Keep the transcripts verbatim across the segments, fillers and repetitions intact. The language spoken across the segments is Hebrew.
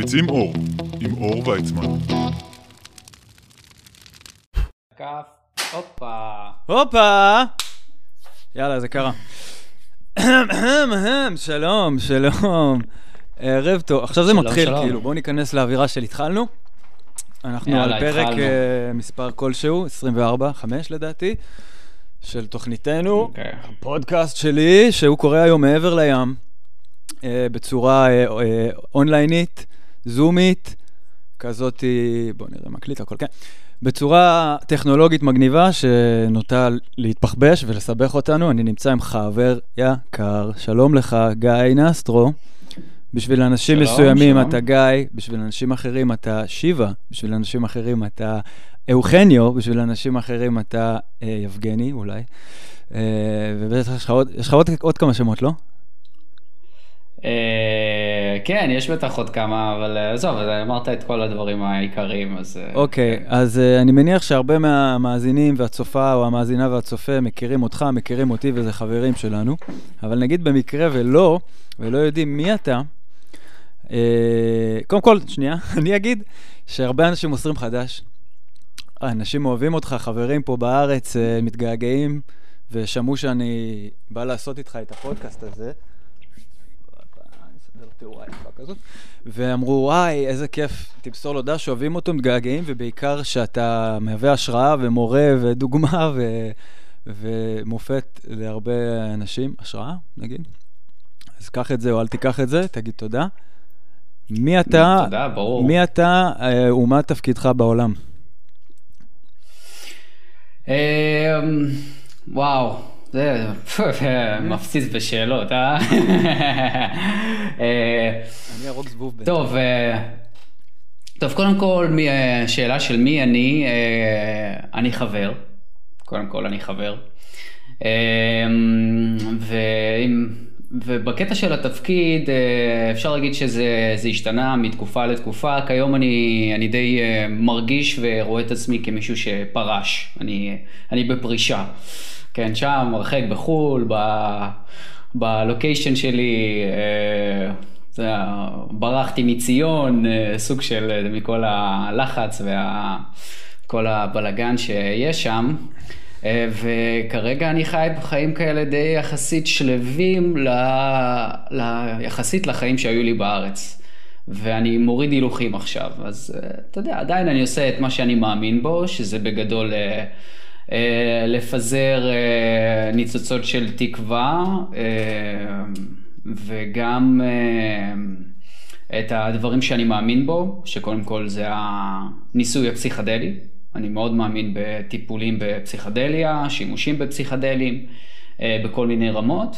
מפיצים אור, עם אור ויצמן. כף, הופה. הופה! יאללה, זה קרה. שלום, שלום. ערב טוב. עכשיו זה מתחיל, כאילו. בואו ניכנס לאווירה של התחלנו. אנחנו על פרק מספר כלשהו, עשרים וארבע, חמש לדעתי, של תוכניתנו. הפודקאסט שלי, שהוא קורא היום מעבר לים, בצורה אונליינית, זומית, כזאת, בואו נראה מקליט, הכל כן. בצורה טכנולוגית מגניבה שנוטה להתפחבש ולסבך אותנו. אני נמצא עם חבר יקר. שלום לך, גיא נסטרו. בשביל אנשים שלום, מסוימים שלום. אתה גיא, בשביל אנשים אחרים אתה שיבה, בשביל אנשים אחרים אתה אוכניו, בשביל אנשים אחרים אתה אה, יבגני אולי. אה, ובטח יש לך עוד, יש לך עוד, עוד כמה שמות, לא? כן, יש בטח עוד כמה, אבל עזוב, אמרת את כל הדברים העיקריים, אז... אוקיי, אז אני מניח שהרבה מהמאזינים והצופה, או המאזינה והצופה, מכירים אותך, מכירים אותי, וזה חברים שלנו, אבל נגיד במקרה ולא, ולא יודעים מי אתה, קודם כל, שנייה, אני אגיד שהרבה אנשים מוסרים חדש, אנשים אוהבים אותך, חברים פה בארץ, מתגעגעים, ושמעו שאני בא לעשות איתך את הפודקאסט הזה, ואמרו, וואי, איזה כיף, תמסור לו דש, אוהבים אותו, מתגעגעים, ובעיקר שאתה מהווה השראה ומורה ודוגמה ו... ומופת להרבה אנשים, השראה, נגיד. אז קח את זה או אל תיקח את זה, תגיד תודה. מי אתה, תודה, ברור. מי אתה ומה תפקידך בעולם? וואו. זה מפציץ בשאלות, אה? אני ארוג זבוב. טוב, טוב, קודם כל, שאלה של מי אני, אני חבר. קודם כל, אני חבר. ובקטע של התפקיד, אפשר להגיד שזה השתנה מתקופה לתקופה. כיום אני, אני די מרגיש ורואה את עצמי כמישהו שפרש. אני, אני בפרישה. כן, שם, מרחק בחול, בלוקיישן שלי, ברחתי מציון, סוג של מכל הלחץ וכל הבלגן שיש שם, וכרגע אני חי בחיים כאלה די יחסית שלווים, יחסית לחיים שהיו לי בארץ, ואני מוריד הילוכים עכשיו, אז אתה יודע, עדיין אני עושה את מה שאני מאמין בו, שזה בגדול... לפזר ניצוצות של תקווה וגם את הדברים שאני מאמין בו, שקודם כל זה הניסוי הפסיכדלי. אני מאוד מאמין בטיפולים בפסיכדליה, שימושים בפסיכדלים בכל מיני רמות,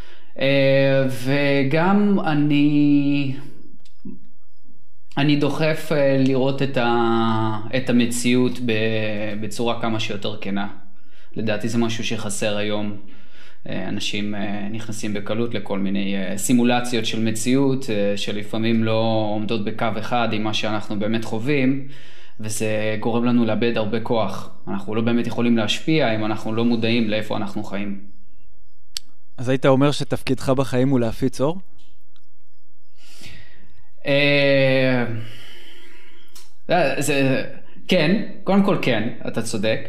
וגם אני אני דוחף לראות את, ה, את המציאות בצורה כמה שיותר כנה. לדעתי זה משהו שחסר היום. אנשים נכנסים בקלות לכל מיני סימולציות של מציאות, שלפעמים לא עומדות בקו אחד עם מה שאנחנו באמת חווים, וזה גורם לנו לאבד הרבה כוח. אנחנו לא באמת יכולים להשפיע אם אנחנו לא מודעים לאיפה אנחנו חיים. אז היית אומר שתפקידך בחיים הוא להפיץ אור? זה, כן, קודם כל כן, אתה צודק.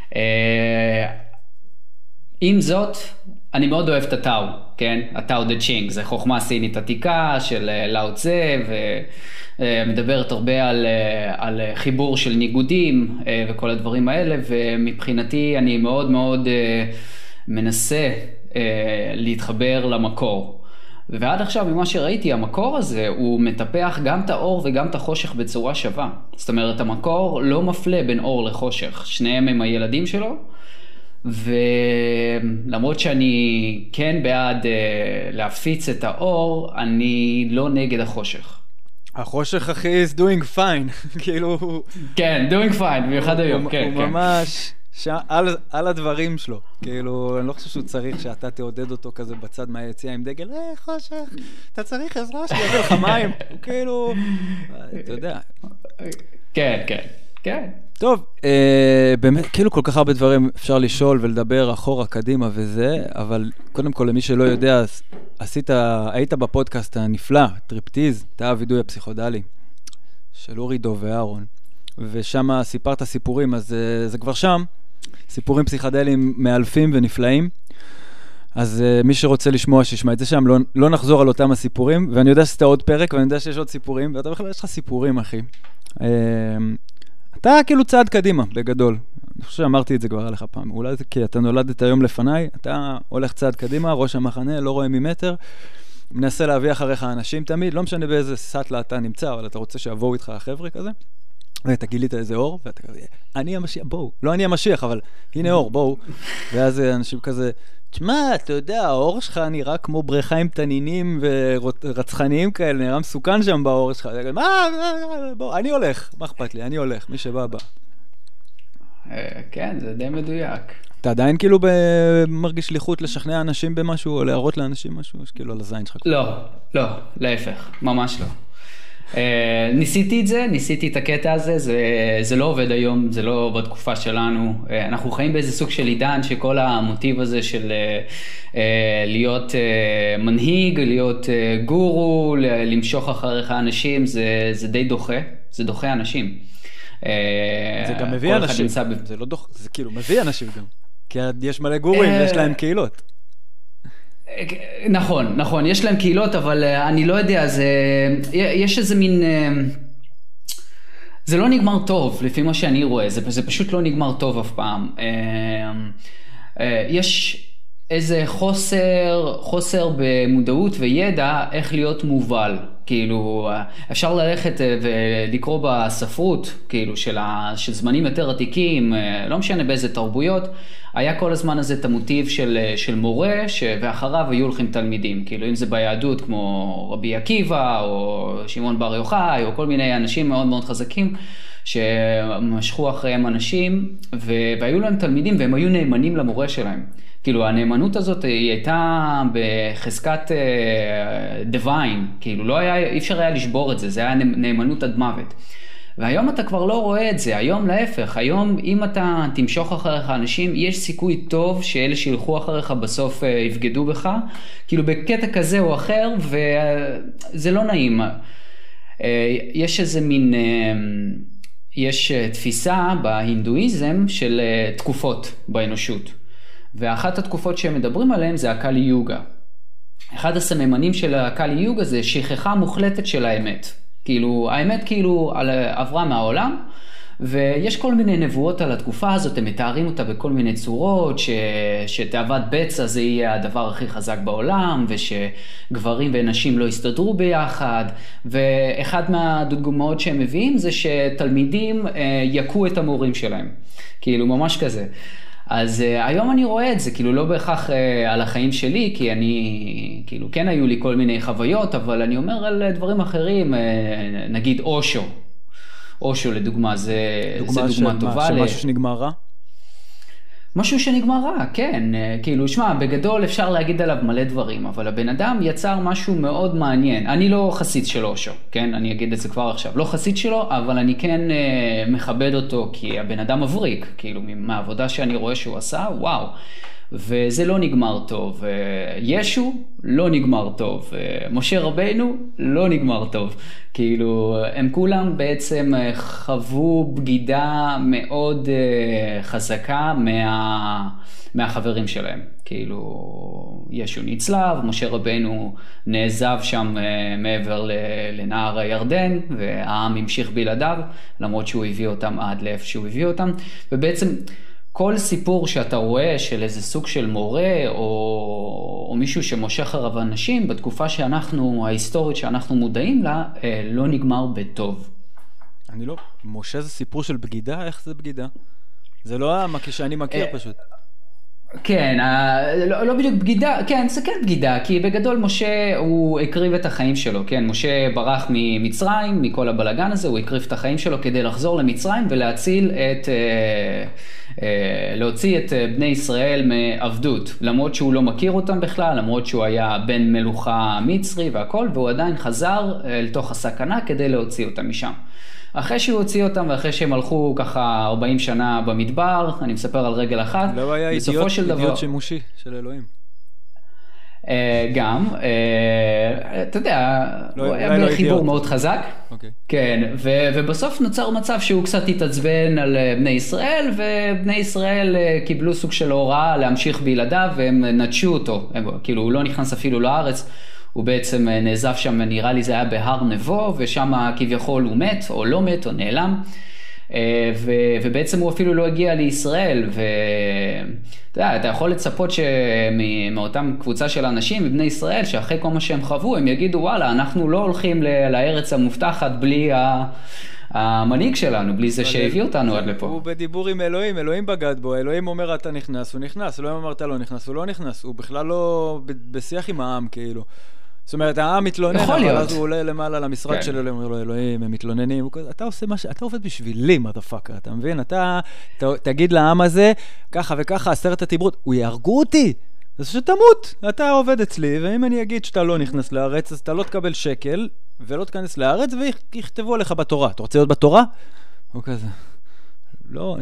עם זאת, אני מאוד אוהב את הטאו, כן? הטאו דה צ'ינג, זה חוכמה סינית עתיקה של לאו צה, ומדברת הרבה על, על חיבור של ניגודים וכל הדברים האלה, ומבחינתי אני מאוד מאוד מנסה להתחבר למקור. ועד עכשיו, ממה שראיתי, המקור הזה הוא מטפח גם את האור וגם את החושך בצורה שווה. זאת אומרת, המקור לא מפלה בין אור לחושך. שניהם הם הילדים שלו, ולמרות שאני כן בעד להפיץ את האור, אני לא נגד החושך. החושך אחי is doing fine, כאילו... כן, doing fine, במיוחד היום, כן, כן. הוא ממש... על, על הדברים שלו, כאילו, אני לא חושב שהוא צריך שאתה תעודד אותו כזה בצד מהיציאה עם דגל, אה, חושך, אתה צריך עזרה שלי, יביא לך מים, הוא כאילו, אתה יודע. כן, כן, כן. טוב, אה, באמת, כאילו כל כך הרבה דברים אפשר לשאול ולדבר אחורה, קדימה וזה, אבל קודם כל, למי שלא יודע, עשית, היית בפודקאסט הנפלא, טריפטיז, תא הווידוי הפסיכודלי. של אורי דוב ואהרון, ושם סיפרת סיפורים, אז זה, זה כבר שם, סיפורים פסיכדליים מאלפים ונפלאים, אז uh, מי שרוצה לשמוע, שישמע את זה שם, לא, לא נחזור על אותם הסיפורים, ואני יודע שאתה עוד פרק, ואני יודע שיש עוד סיפורים, ואתה בכלל יש לך סיפורים, אחי. Uh, אתה כאילו צעד קדימה, בגדול. אני חושב שאמרתי את זה כבר עליך פעם. אולי זה כי אתה נולדת היום לפניי, אתה הולך צעד קדימה, ראש המחנה, לא רואה ממטר, מנסה להביא אחריך אנשים תמיד, לא משנה באיזה סטלה אתה נמצא, אבל אתה רוצה שיבואו איתך החבר'ה כזה, ואתה גילית איזה אור, ואתה כזה, אני המשיח, בואו. לא אני המשיח, אבל הנה אור, בואו. ואז אנשים כזה, תשמע, אתה יודע, האור שלך נראה כמו בריכה עם תנינים ורצחניים כאלה, נראה מסוכן שם באור שלך. מה, בוא, אני הולך, מה אכפת לי, אני הולך, מי שבא בא. כן, זה די מדויק. אתה עדיין כאילו מרגיש שליחות לשכנע אנשים במשהו, או להראות לאנשים משהו, כאילו על הזין שלך? לא, לא, להפך, ממש לא. ניסיתי את זה, ניסיתי את הקטע הזה, זה, זה לא עובד היום, זה לא בתקופה שלנו. אנחנו חיים באיזה סוג של עידן שכל המוטיב הזה של להיות מנהיג, להיות גורו, למשוך אחריך אנשים, זה, זה די דוחה, זה דוחה אנשים. זה גם מביא אנשים, זה לא דוחה, זה כאילו מביא אנשים גם, כי יש מלא גורים ויש להם קהילות. נכון, נכון, יש להם קהילות, אבל אני לא יודע, זה, יש איזה מין, זה לא נגמר טוב, לפי מה שאני רואה, זה, זה פשוט לא נגמר טוב אף פעם. יש איזה חוסר, חוסר במודעות וידע איך להיות מובל. כאילו, אפשר ללכת ולקרוא בספרות, כאילו, של, ה, של זמנים יותר עתיקים, לא משנה באיזה תרבויות, היה כל הזמן הזה את המוטיב של, של מורה, ש, ואחריו היו הולכים תלמידים. כאילו, אם זה ביהדות כמו רבי עקיבא, או שמעון בר יוחאי, או כל מיני אנשים מאוד מאוד חזקים, שמשכו אחריהם אנשים, והיו להם תלמידים, והם היו נאמנים למורה שלהם. כאילו, הנאמנות הזאת היא הייתה בחזקת דיוויין, כאילו, לא היה, אי אפשר היה לשבור את זה, זה היה נאמנות עד מוות. והיום אתה כבר לא רואה את זה, היום להפך, היום אם אתה תמשוך אחריך אנשים, יש סיכוי טוב שאלה שילכו אחריך בסוף יבגדו בך, כאילו בקטע כזה או אחר, וזה לא נעים. יש איזה מין, יש תפיסה בהינדואיזם של תקופות באנושות. ואחת התקופות שהם מדברים עליהן זה הקלי יוגה. אחד הסממנים של הקלי יוגה זה שכחה מוחלטת של האמת. כאילו, האמת כאילו עברה מהעולם, ויש כל מיני נבואות על התקופה הזאת, הם מתארים אותה בכל מיני צורות, ש... שתאוות בצע זה יהיה הדבר הכי חזק בעולם, ושגברים ונשים לא יסתדרו ביחד, ואחד מהדוגמאות שהם מביאים זה שתלמידים יקו את המורים שלהם. כאילו, ממש כזה. אז uh, היום אני רואה את זה, כאילו לא בהכרח uh, על החיים שלי, כי אני, כאילו כן היו לי כל מיני חוויות, אבל אני אומר על דברים אחרים, uh, נגיד אושו. אושו לדוגמה, זה דוגמה, זה דוגמה טובה. דוגמה שמשהו שנגמר רע? משהו שנגמר רע, כן. כאילו, שמע, בגדול אפשר להגיד עליו מלא דברים, אבל הבן אדם יצר משהו מאוד מעניין. אני לא חסיד של אושו, כן? אני אגיד את זה כבר עכשיו. לא חסיד שלו, אבל אני כן uh, מכבד אותו, כי הבן אדם מבריק, כאילו, מהעבודה שאני רואה שהוא עשה, וואו. וזה לא נגמר טוב. ישו לא נגמר טוב. משה רבינו לא נגמר טוב. כאילו, הם כולם בעצם חוו בגידה מאוד חזקה מה, מהחברים שלהם. כאילו, ישו נצלב, משה רבינו נעזב שם מעבר לנהר הירדן, והעם המשיך בלעדיו, למרות שהוא הביא אותם עד לאיפה שהוא הביא אותם. ובעצם, כל סיפור שאתה רואה של איזה סוג של מורה או, או מישהו שמושך אחריו אנשים, בתקופה שאנחנו, ההיסטורית שאנחנו מודעים לה, לא נגמר בטוב. אני לא, משה זה סיפור של בגידה? איך זה בגידה? זה לא מה שאני מכיר פשוט. כן, לא, לא בדיוק בגידה, כן, זה כן בגידה, כי בגדול משה הוא הקריב את החיים שלו, כן, משה ברח ממצרים, מכל הבלגן הזה, הוא הקריב את החיים שלו כדי לחזור למצרים ולהציל את, להוציא את בני ישראל מעבדות, למרות שהוא לא מכיר אותם בכלל, למרות שהוא היה בן מלוכה מצרי והכל, והוא עדיין חזר לתוך הסכנה כדי להוציא אותם משם. אחרי שהוא הוציא אותם ואחרי שהם הלכו ככה ארבעים שנה במדבר, אני מספר על רגל אחת, לא היה אידיוט, אידיוט דבר... שימושי של אלוהים. גם, אתה יודע, הוא היה בני חיבור מאוד חזק, כן, ובסוף נוצר מצב שהוא קצת התעצבן על בני ישראל, ובני ישראל קיבלו סוג של הוראה להמשיך בלעדיו, והם נטשו אותו, כאילו הוא לא נכנס אפילו לארץ, הוא בעצם נעזב שם, נראה לי זה היה בהר נבו, ושם כביכול הוא מת, או לא מת, או נעלם, ו, ובעצם הוא אפילו לא הגיע לישראל, ואתה יודע, אתה יכול לצפות שמאותם קבוצה של אנשים, מבני ישראל, שאחרי כל מה שהם חוו, הם יגידו, וואלה, אנחנו לא הולכים לארץ המובטחת בלי המנהיג שלנו, בלי זה שהביא אותנו עד לפה. הוא בדיבור עם אלוהים, אלוהים בגד בו, אלוהים אומר אתה נכנס, הוא נכנס, אלוהים אומר אתה לא נכנס, הוא לא נכנס, הוא בכלל לא בשיח עם העם כאילו. זאת אומרת, העם מתלונן, אבל אז הוא עולה למעלה למשרד כן. שלו, אומר לו, אלוהים, הם מתלוננים, אתה עושה מה ש... אתה עובד בשבילי, מטאפאקר, אתה מבין? אתה ת, תגיד לעם הזה, ככה וככה, עשרת התיברות, הוא יהרגו אותי, אז שתמות, אתה עובד אצלי, ואם אני אגיד שאתה לא נכנס לארץ, אז אתה לא תקבל שקל, ולא תכנס לארץ, ויכתבו עליך בתורה. אתה רוצה להיות בתורה? או כזה. לא,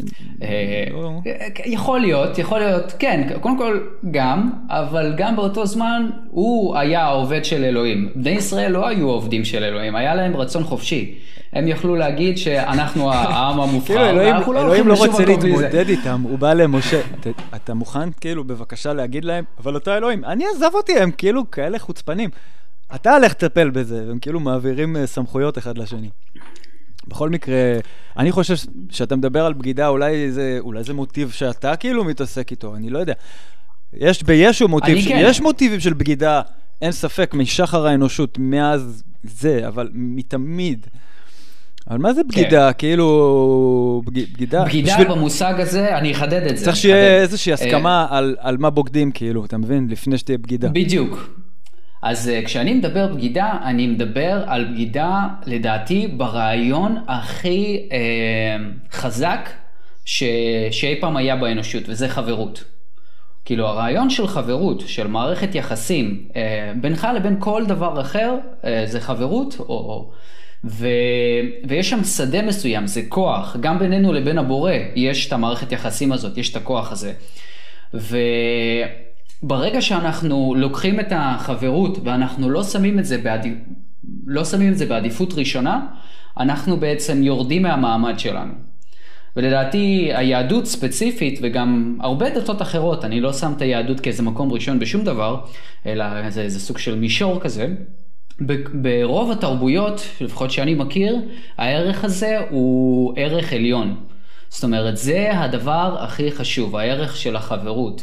יכול להיות, יכול להיות, כן, קודם כל גם, אבל גם באותו זמן הוא היה העובד של אלוהים. בני ישראל לא היו עובדים של אלוהים, היה להם רצון חופשי. הם יכלו להגיד שאנחנו העם המובחר, אלוהים לא רוצה להתמודד איתם, הוא בא למשה, אתה מוכן כאילו בבקשה להגיד להם, אבל אתה אלוהים, אני עזב אותי, הם כאילו כאלה חוצפנים. אתה הלך לטפל בזה, והם כאילו מעבירים סמכויות אחד לשני. בכל מקרה, אני חושב שאתה מדבר על בגידה, אולי זה, אולי זה מוטיב שאתה כאילו מתעסק איתו, אני לא יודע. יש בישו מוטיב, כן. יש מוטיבים של בגידה, אין ספק, משחר האנושות, מאז זה, אבל מתמיד. אבל מה זה בגידה? כן. כאילו, בגידה... בגידה בשביל... במושג הזה, אני אחדד את זה. צריך שיהיה איזושהי הסכמה על, על מה בוגדים, כאילו, אתה מבין? לפני שתהיה בגידה. בדיוק. אז uh, כשאני מדבר בגידה, אני מדבר על בגידה, לדעתי, ברעיון הכי uh, חזק ש... שאי פעם היה באנושות, וזה חברות. כאילו, הרעיון של חברות, של מערכת יחסים, uh, בינך לבין כל דבר אחר, uh, זה חברות, או... או... ו... ויש שם שדה מסוים, זה כוח, גם בינינו לבין הבורא, יש את המערכת יחסים הזאת, יש את הכוח הזה. ו... ברגע שאנחנו לוקחים את החברות ואנחנו לא שמים את זה בעדיפ... לא שמים את זה בעדיפות ראשונה, אנחנו בעצם יורדים מהמעמד שלנו. ולדעתי היהדות ספציפית וגם הרבה דתות אחרות, אני לא שם את היהדות כאיזה מקום ראשון בשום דבר, אלא זה, זה סוג של מישור כזה. ברוב התרבויות, לפחות שאני מכיר, הערך הזה הוא ערך עליון. זאת אומרת, זה הדבר הכי חשוב, הערך של החברות.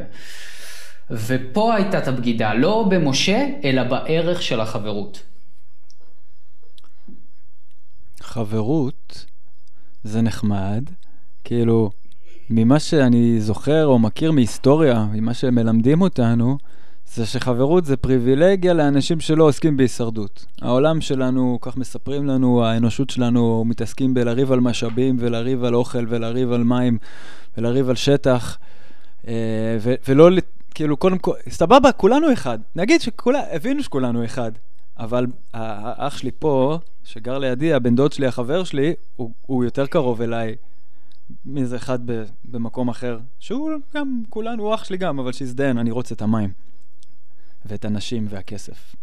ופה הייתה את הבגידה, לא במשה, אלא בערך של החברות. חברות זה נחמד, כאילו, ממה שאני זוכר או מכיר מהיסטוריה, ממה שמלמדים אותנו, זה שחברות זה פריבילגיה לאנשים שלא עוסקים בהישרדות. העולם שלנו, כך מספרים לנו, האנושות שלנו מתעסקים בלריב על משאבים, ולריב על אוכל, ולריב על מים, ולריב על שטח, ו- ולא... כאילו, קודם כל, סבבה, כולנו אחד. נגיד שכולנו, הבינו שכולנו אחד. אבל האח שלי פה, שגר לידי, הבן דוד שלי, החבר שלי, הוא, הוא יותר קרוב אליי מאיזה אחד ב, במקום אחר. שהוא גם, כולנו, הוא אח שלי גם, אבל שיזדיין, אני רוצה את המים. ואת הנשים והכסף.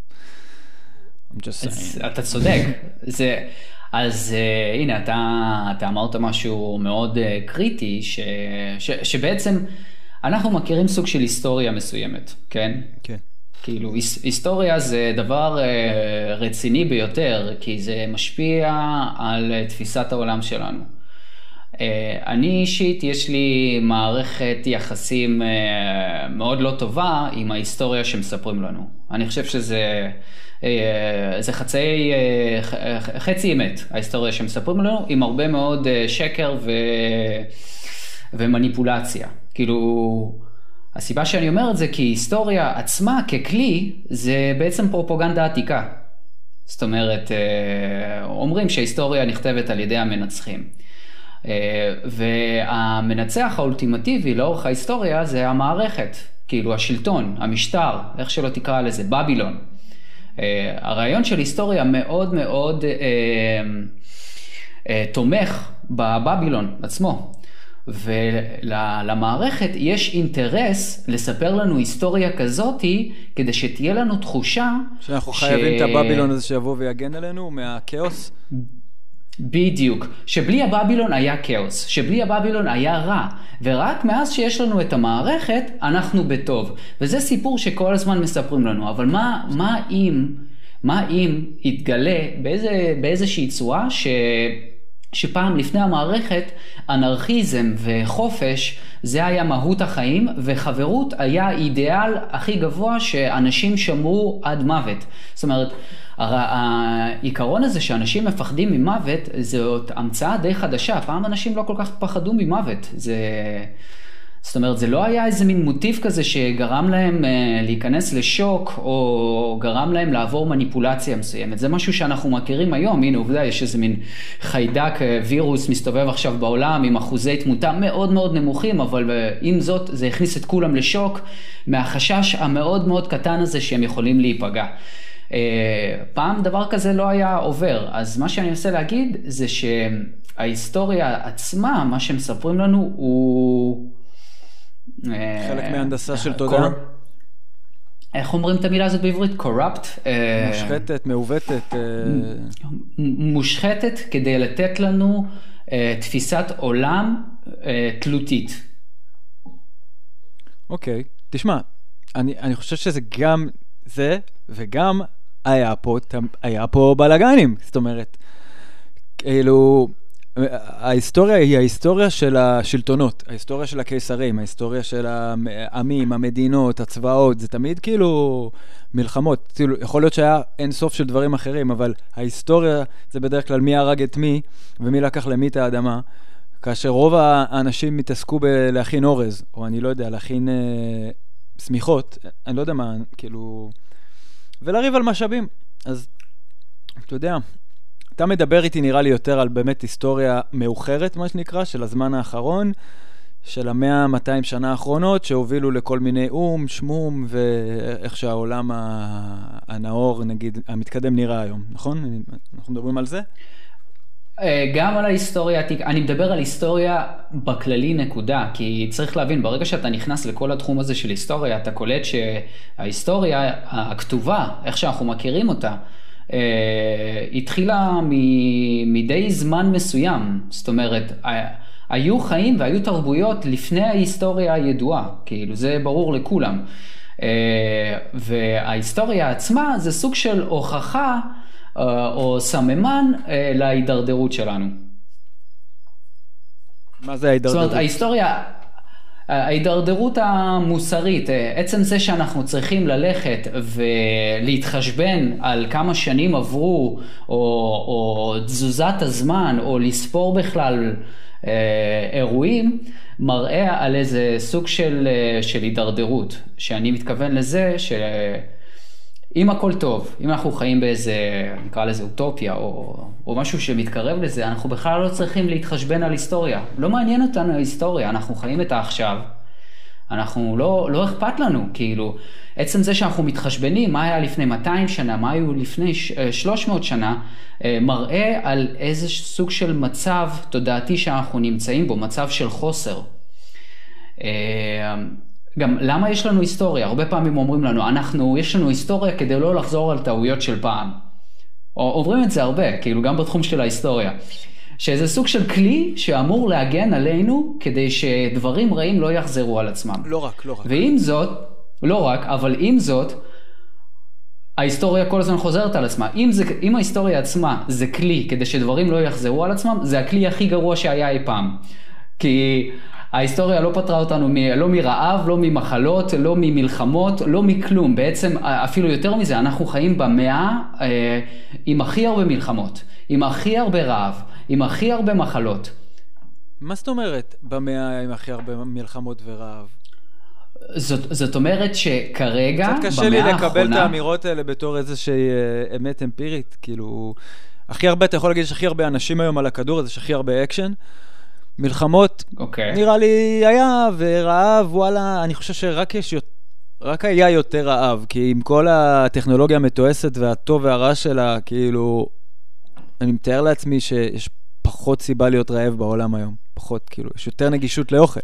אז, אתה צודק. זה, אז uh, הנה, אתה, אתה אמרת משהו מאוד uh, קריטי, ש, ש, שבעצם... אנחנו מכירים סוג של היסטוריה מסוימת, כן? כן. כאילו, היסטוריה זה דבר uh, רציני ביותר, כי זה משפיע על uh, תפיסת העולם שלנו. Uh, אני אישית, יש לי מערכת יחסים uh, מאוד לא טובה עם ההיסטוריה שמספרים לנו. אני חושב שזה uh, זה חצי, uh, חצי אמת, ההיסטוריה שמספרים לנו, עם הרבה מאוד uh, שקר ו... ומניפולציה. כאילו, הסיבה שאני אומר את זה, כי היסטוריה עצמה ככלי, זה בעצם פרופוגנדה עתיקה. זאת אומרת, אומרים שההיסטוריה נכתבת על ידי המנצחים. והמנצח האולטימטיבי לאורך ההיסטוריה זה המערכת, כאילו השלטון, המשטר, איך שלא תקרא לזה, בבילון. הרעיון של היסטוריה מאוד מאוד תומך בבבילון עצמו. ולמערכת יש אינטרס לספר לנו היסטוריה כזאת, כדי שתהיה לנו תחושה שאנחנו ש... חייבים את הבבילון הזה שיבוא ויגן עלינו מהכאוס. בדיוק, שבלי הבבילון היה כאוס, שבלי הבבילון היה רע, ורק מאז שיש לנו את המערכת אנחנו בטוב, וזה סיפור שכל הזמן מספרים לנו. אבל מה, מה אם, מה אם יתגלה באיזה, באיזושהי צורה ש... שפעם לפני המערכת אנרכיזם וחופש זה היה מהות החיים, וחברות היה האידיאל הכי גבוה שאנשים שמרו עד מוות. זאת אומרת, העיקרון הזה שאנשים מפחדים ממוות זאת המצאה די חדשה. פעם אנשים לא כל כך פחדו ממוות. זה... זאת אומרת, זה לא היה איזה מין מוטיב כזה שגרם להם אה, להיכנס לשוק, או גרם להם לעבור מניפולציה מסוימת. זה משהו שאנחנו מכירים היום. הנה, עובדה, יש איזה מין חיידק, וירוס מסתובב עכשיו בעולם עם אחוזי תמותה מאוד מאוד נמוכים, אבל עם זאת, זה הכניס את כולם לשוק, מהחשש המאוד מאוד קטן הזה שהם יכולים להיפגע. אה, פעם דבר כזה לא היה עובר. אז מה שאני מנסה להגיד, זה שההיסטוריה עצמה, מה שמספרים לנו, הוא... חלק מההנדסה של תודעה. איך אומרים את המילה הזאת בעברית? corrupt? מושחתת, מעוותת. מושחתת כדי לתת לנו תפיסת עולם תלותית. אוקיי, תשמע, אני חושב שזה גם זה, וגם היה פה, היה פה בלגנים. זאת אומרת, כאילו... ההיסטוריה היא ההיסטוריה של השלטונות, ההיסטוריה של הקיסרים, ההיסטוריה של העמים, המדינות, הצבאות, זה תמיד כאילו מלחמות. כאילו, יכול להיות שהיה אין סוף של דברים אחרים, אבל ההיסטוריה זה בדרך כלל מי הרג את מי, ומי לקח למי את האדמה, כאשר רוב האנשים מתעסקו בלהכין אורז, או אני לא יודע, להכין אה, סמיכות, אני לא יודע מה, כאילו, ולריב על משאבים. אז, אתה יודע, אתה מדבר איתי נראה לי יותר על באמת היסטוריה מאוחרת, מה שנקרא, של הזמן האחרון, של המאה מאתיים שנה האחרונות, שהובילו לכל מיני אום, שמום, ואיך שהעולם הנאור, נגיד, המתקדם נראה היום, נכון? אנחנו מדברים על זה? גם על ההיסטוריה, אני מדבר על היסטוריה בכללי נקודה, כי צריך להבין, ברגע שאתה נכנס לכל התחום הזה של היסטוריה, אתה קולט שההיסטוריה הכתובה, איך שאנחנו מכירים אותה, Uh, התחילה מ- מדי זמן מסוים. זאת אומרת, היו חיים והיו תרבויות לפני ההיסטוריה הידועה, כאילו זה ברור לכולם. Uh, וההיסטוריה עצמה זה סוג של הוכחה uh, או סממן uh, להידרדרות שלנו. מה זה ההידרדרות? זאת אומרת, ההיסטוריה... ההידרדרות המוסרית, עצם זה שאנחנו צריכים ללכת ולהתחשבן על כמה שנים עברו, או, או תזוזת הזמן, או לספור בכלל אה, אירועים, מראה על איזה סוג של, של הידרדרות, שאני מתכוון לזה שאם הכל טוב, אם אנחנו חיים באיזה, נקרא לזה אוטופיה, או, או משהו שמתקרב לזה, אנחנו בכלל לא צריכים להתחשבן על היסטוריה. לא מעניין אותנו ההיסטוריה, אנחנו חיים את העכשיו, אנחנו לא, לא אכפת לנו, כאילו, עצם זה שאנחנו מתחשבנים, מה היה לפני מאתיים שנה, מה היו לפני שלוש מאות שנה, מראה על איזה סוג של מצב תודעתי שאנחנו נמצאים בו, מצב של חוסר. גם למה יש לנו היסטוריה? הרבה פעמים אומרים לנו, אנחנו, יש לנו היסטוריה כדי לא לחזור על טעויות של פעם. אומרים את זה הרבה, כאילו גם בתחום של ההיסטוריה. שזה סוג של כלי שאמור להגן עלינו כדי שדברים רעים לא יחזרו על עצמם. לא רק, לא רק. ועם זאת, לא רק, אבל עם זאת, ההיסטוריה כל הזמן חוזרת על עצמה. אם, זה, אם ההיסטוריה עצמה זה כלי כדי שדברים לא יחזרו על עצמם, זה הכלי הכי גרוע שהיה אי פעם. כי ההיסטוריה לא פתרה אותנו מ, לא מרעב, לא ממחלות, לא ממלחמות, לא מכלום. בעצם אפילו יותר מזה, אנחנו חיים במאה אה, עם הכי הרבה מלחמות, עם הכי הרבה רעב, עם הכי הרבה מחלות. מה זאת אומרת במאה עם הכי הרבה מלחמות ורעב? זאת, זאת אומרת שכרגע, במאה האחרונה... קצת קשה לי לקבל את האמירות האלה בתור איזושהי אמת אמפירית. כאילו, הכי הרבה, אתה יכול להגיד שהכי הרבה אנשים היום על הכדור, אז יש הכי הרבה אקשן. מלחמות, okay. נראה לי היה, ורעב, וואלה, אני חושב שרק יש, רק היה יותר רעב, כי עם כל הטכנולוגיה המתועסת והטוב והרע שלה, כאילו, אני מתאר לעצמי שיש פחות סיבה להיות רעב בעולם היום. פחות, כאילו, יש יותר נגישות לאוכל.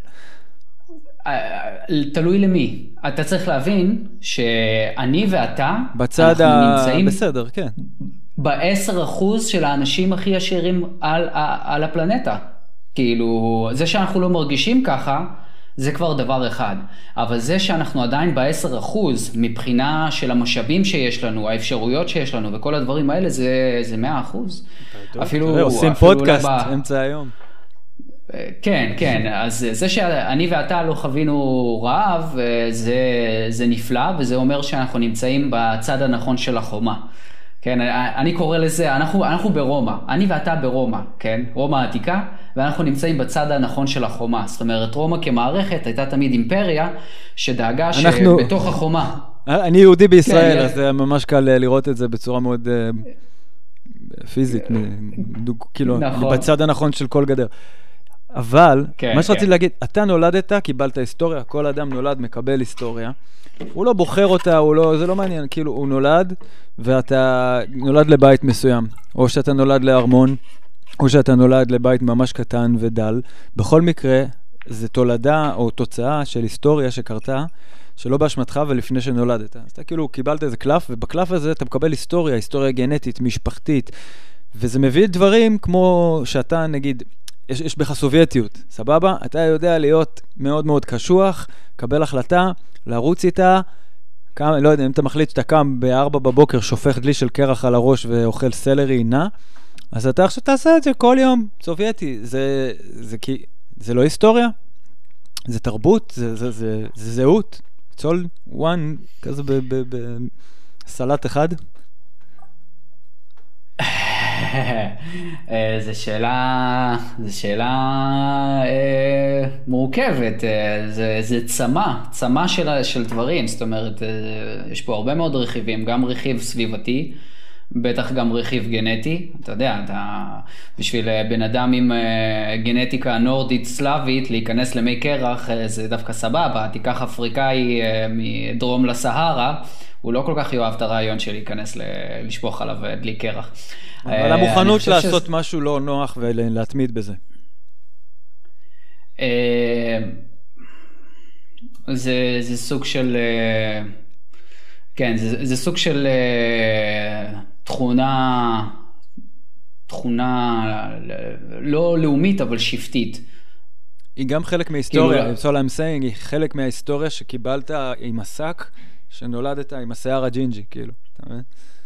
תלוי למי. אתה צריך להבין שאני ואתה, בצד ה... נמצאים בסדר, כן. ב-עשרה אחוז של האנשים הכי עשירים על, על הפלנטה. כאילו, זה שאנחנו לא מרגישים ככה, זה כבר דבר אחד. אבל זה שאנחנו עדיין ב-עשרה אחוז מבחינה של המשאבים שיש לנו, האפשרויות שיש לנו וכל הדברים האלה, זה, זה מאה אחוז. אפילו, עושים פודקאסט אמצע היום. כן, כן, אז זה שאני ואתה לא חווינו רעב, זה, זה נפלא, וזה אומר שאנחנו נמצאים בצד הנכון של החומה. כן, אני קורא לזה, אנחנו, אנחנו ברומא, אני ואתה ברומא, כן, רומא העתיקה, ואנחנו נמצאים בצד הנכון של החומה. זאת אומרת, רומא כמערכת הייתה תמיד אימפריה, שדאגה אנחנו... שבתוך החומה. אני יהודי בישראל, כן, אז זה ממש קל לראות את זה בצורה מאוד פיזית, כאילו, נכון. בצד הנכון של כל גדר. אבל, כן, מה שרציתי כן. להגיד, אתה נולדת, קיבלת היסטוריה, כל אדם נולד, מקבל היסטוריה, הוא לא בוחר אותה, הוא לא, זה לא מעניין, כאילו, הוא נולד, ואתה נולד לבית מסוים, או שאתה נולד לארמון, או שאתה נולד לבית ממש קטן ודל, בכל מקרה, זה תולדה או תוצאה של היסטוריה שקרתה, שלא באשמתך ולפני שנולדת. אז אתה כאילו קיבלת איזה קלף, ובקלף הזה אתה מקבל היסטוריה, היסטוריה גנטית, משפחתית, וזה מביא דברים כמו שאתה, נגיד, יש, יש בך סובייטיות, סבבה? אתה יודע להיות מאוד מאוד קשוח, קבל החלטה, לרוץ איתה, קם, לא יודע, אם אתה מחליט שאתה קם בארבע בבוקר, שופך דלי של קרח על הראש ואוכל סלרי, נע, אז אתה עכשיו תעשה את זה כל יום, סובייטי. זה, זה, זה, זה לא היסטוריה, זה תרבות, זה, זה, זה, זה זהות. It's all one, כזה בסלט אחד. זו שאלה, זו שאלה אה, מורכבת, זה, זה צמא, צמא של, של דברים, זאת אומרת, יש פה הרבה מאוד רכיבים, גם רכיב סביבתי, בטח גם רכיב גנטי, אתה יודע, אתה, בשביל בן אדם עם גנטיקה נורדית סלאבית, להיכנס למי קרח, זה דווקא סבבה, תיקח אפריקאי מדרום לסהרה, הוא לא כל כך יאהב את הרעיון של להיכנס לשפוך עליו דלי קרח. אבל המוכנות לעשות משהו לא נוח ולהתמיד בזה. זה, זה סוג של, כן, זה, זה סוג של תכונה, תכונה לא לאומית, אבל שבטית. היא גם חלק מההיסטוריה, that's all I'm saying, היא חלק מההיסטוריה שקיבלת עם השק, שנולדת עם השיער הג'ינג'י, כאילו, אתה מבין?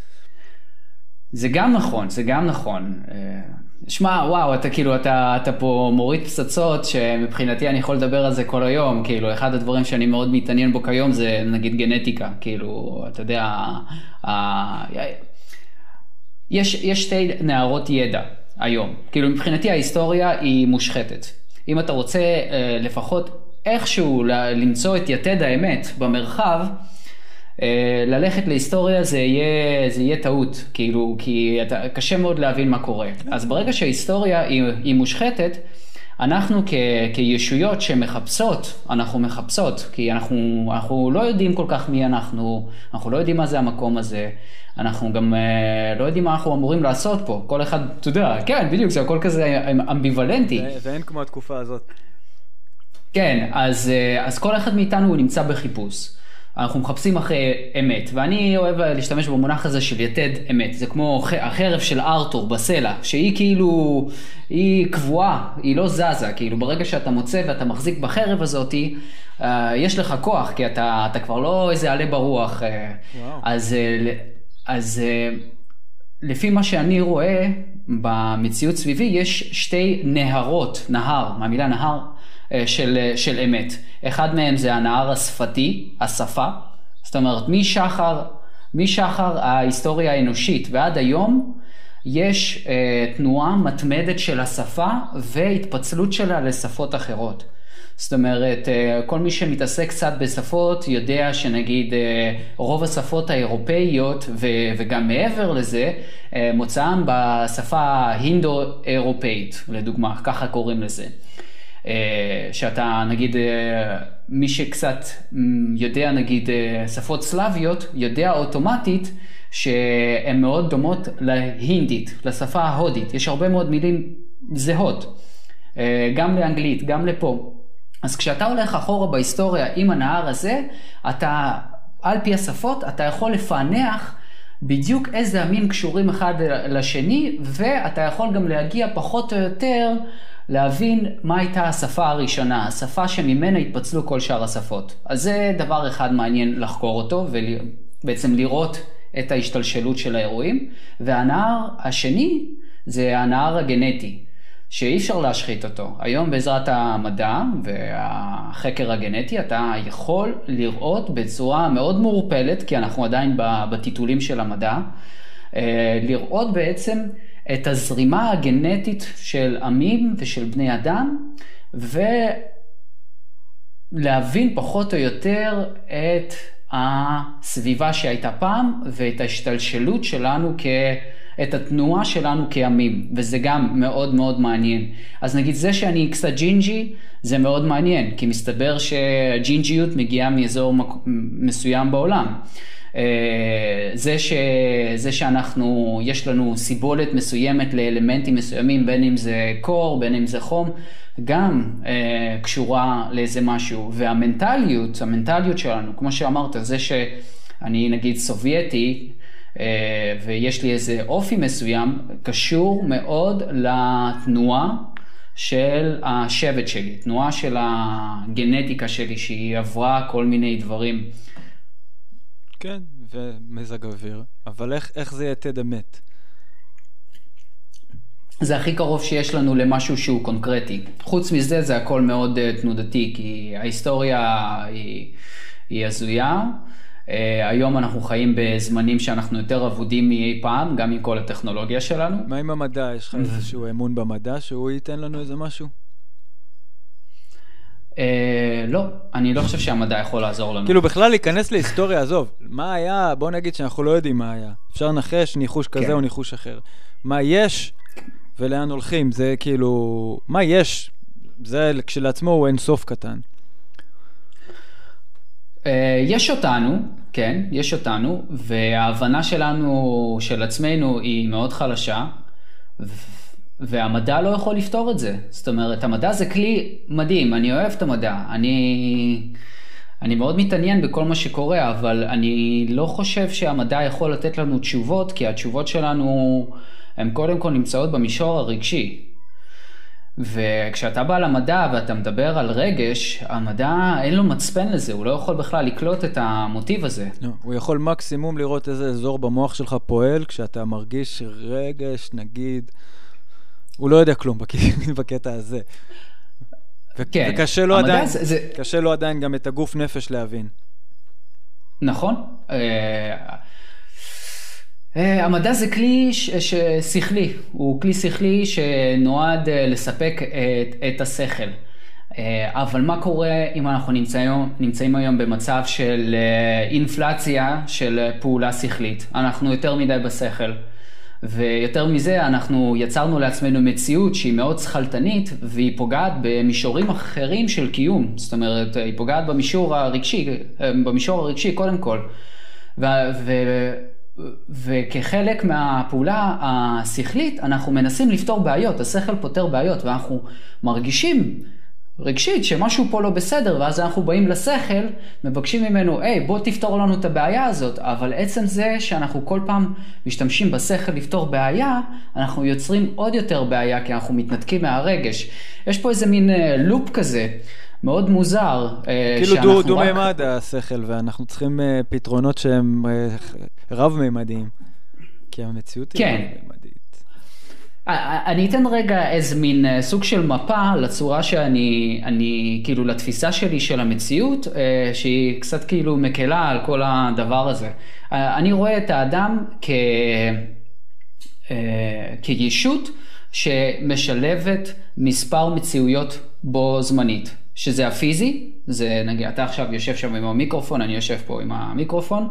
זה גם נכון, זה גם נכון. שמע, וואו, אתה כאילו, אתה, אתה פה מוריד פצצות, שמבחינתי אני יכול לדבר על זה כל היום, כאילו, אחד הדברים שאני מאוד מתעניין בו כיום, זה נגיד גנטיקה, כאילו, אתה יודע, ה... יש, יש שתי נערות ידע היום, כאילו, מבחינתי ההיסטוריה היא מושחתת. אם אתה רוצה לפחות איכשהו למצוא את יתד האמת במרחב, ללכת להיסטוריה זה יהיה, זה יהיה טעות, כאילו, כי אתה, קשה מאוד להבין מה קורה. אז ברגע שההיסטוריה היא, היא מושחתת, אנחנו כ, כישויות שמחפשות, אנחנו מחפשות, כי אנחנו, אנחנו לא יודעים כל כך מי אנחנו, אנחנו לא יודעים מה זה המקום הזה, אנחנו גם לא יודעים מה אנחנו אמורים לעשות פה. כל אחד, אתה יודע, כן, בדיוק, זה הכל כזה אמביוולנטי. ואין כמו התקופה הזאת. כן, אז, אז כל אחד מאיתנו הוא נמצא בחיפוש. אנחנו מחפשים אחרי אמת, ואני אוהב להשתמש במונח הזה של יתד אמת. זה כמו החרב של ארתור בסלע, שהיא כאילו, היא קבועה, היא לא זזה, כאילו ברגע שאתה מוצא ואתה מחזיק בחרב הזאת, יש לך כוח, כי אתה, אתה כבר לא איזה עלה ברוח. וואו. אז, אז לפי מה שאני רואה במציאות סביבי, יש שתי נהרות, נהר, מהמילה נהר, של, של אמת. אחד מהם זה הנהר השפתי, השפה. זאת אומרת, משחר, משחר ההיסטוריה האנושית ועד היום, יש אה, תנועה מתמדת של השפה והתפצלות שלה לשפות אחרות. זאת אומרת, אה, כל מי שמתעסק קצת בשפות יודע שנגיד אה, רוב השפות האירופאיות ו, וגם מעבר לזה, אה, מוצאם בשפה ההינדו-אירופאית, לדוגמה, ככה קוראים לזה. שאתה נגיד מי שקצת יודע נגיד שפות סלאביות יודע אוטומטית שהן מאוד דומות להינדית, לשפה ההודית. יש הרבה מאוד מילים זהות. גם לאנגלית, גם לפה. אז כשאתה הולך אחורה בהיסטוריה עם הנהר הזה, אתה, על פי השפות, אתה יכול לפענח בדיוק איזה עמים קשורים אחד לשני, ואתה יכול גם להגיע פחות או יותר להבין מה הייתה השפה הראשונה, השפה שממנה התפצלו כל שאר השפות. אז זה דבר אחד מעניין לחקור אותו, ובעצם לראות את ההשתלשלות של האירועים. והנהר השני זה הנהר הגנטי, שאי אפשר להשחית אותו. היום בעזרת המדע והחקר הגנטי אתה יכול לראות בצורה מאוד מורפלת, כי אנחנו עדיין בטיטולים של המדע, לראות בעצם את הזרימה הגנטית של עמים ושל בני אדם, ולהבין פחות או יותר את הסביבה שהייתה פעם, ואת ההשתלשלות שלנו כ... את התנועה שלנו כעמים, וזה גם מאוד מאוד מעניין. אז נגיד זה שאני קצת ג'ינג'י, זה מאוד מעניין, כי מסתבר שג'ינג'יות מגיעה מאזור מסוים בעולם. זה, ש... זה שאנחנו, יש לנו סיבולת מסוימת לאלמנטים מסוימים, בין אם זה קור, בין אם זה חום, גם אה, קשורה לאיזה משהו. והמנטליות, המנטליות שלנו, כמו שאמרת, זה שאני נגיד סובייטי, ויש לי איזה אופי מסוים, קשור מאוד לתנועה של השבט שלי, תנועה של הגנטיקה שלי, שהיא עברה כל מיני דברים. כן, ומזג אוויר. אבל איך, איך זה יתד אמת? זה הכי קרוב שיש לנו למשהו שהוא קונקרטי. חוץ מזה, זה הכל מאוד תנודתי, כי ההיסטוריה היא, היא הזויה. Uh, היום אנחנו חיים בזמנים שאנחנו יותר עבודים מאי פעם, גם עם כל הטכנולוגיה שלנו. מה עם המדע? יש לך איזשהו אמון במדע שהוא ייתן לנו איזה משהו? Uh, לא, אני לא חושב שהמדע יכול לעזור לנו. כאילו בכלל להיכנס להיסטוריה, עזוב, מה היה? בוא נגיד שאנחנו לא יודעים מה היה. אפשר לנחש ניחוש כזה כן. או ניחוש אחר. מה יש ולאן הולכים? זה כאילו, מה יש? זה כשלעצמו הוא אין סוף קטן. יש אותנו, כן, יש אותנו, וההבנה שלנו, של עצמנו, היא מאוד חלשה, והמדע לא יכול לפתור את זה. זאת אומרת, המדע זה כלי מדהים, אני אוהב את המדע, אני, אני מאוד מתעניין בכל מה שקורה, אבל אני לא חושב שהמדע יכול לתת לנו תשובות, כי התשובות שלנו הן קודם כל נמצאות במישור הרגשי. וכשאתה בא למדע ואתה מדבר על רגש, המדע אין לו מצפן לזה, הוא לא יכול בכלל לקלוט את המוטיב הזה. לא, הוא יכול מקסימום לראות איזה אזור במוח שלך פועל, כשאתה מרגיש רגש, נגיד, הוא לא יודע כלום בקטע הזה. כן. וקשה לו עדיין, זה... קשה לו עדיין גם את הגוף נפש להבין. נכון. המדע זה כלי שכלי, הוא כלי שכלי שנועד לספק את, את השכל. אבל מה קורה אם אנחנו נמצאים, נמצאים היום במצב של אינפלציה של פעולה שכלית? אנחנו יותר מדי בשכל. ויותר מזה אנחנו יצרנו לעצמנו מציאות שהיא מאוד שכלתנית, והיא פוגעת במישורים אחרים של קיום. זאת אומרת, היא פוגעת במישור הרגשי, במישור הרגשי קודם כל. ו... ו וכחלק מהפעולה השכלית אנחנו מנסים לפתור בעיות, השכל פותר בעיות, ואנחנו מרגישים רגשית שמשהו פה לא בסדר, ואז אנחנו באים לשכל, מבקשים ממנו, היי, בוא תפתור לנו את הבעיה הזאת, אבל עצם זה שאנחנו כל פעם משתמשים בשכל לפתור בעיה, אנחנו יוצרים עוד יותר בעיה, כי אנחנו מתנתקים מהרגש. יש פה איזה מין לופ כזה, מאוד מוזר. כאילו דו-ממד השכל, ואנחנו צריכים פתרונות שהם רב-ממדיים, כי המציאות היא רב-ממדית. אני אתן רגע איזה מין סוג של מפה לצורה שאני, אני, כאילו לתפיסה שלי של המציאות, שהיא קצת כאילו מקלה על כל הדבר הזה. אני רואה את האדם כ... כישות שמשלבת מספר מציאויות בו זמנית. שזה הפיזי, זה נגיד, אתה עכשיו יושב שם עם המיקרופון, אני יושב פה עם המיקרופון,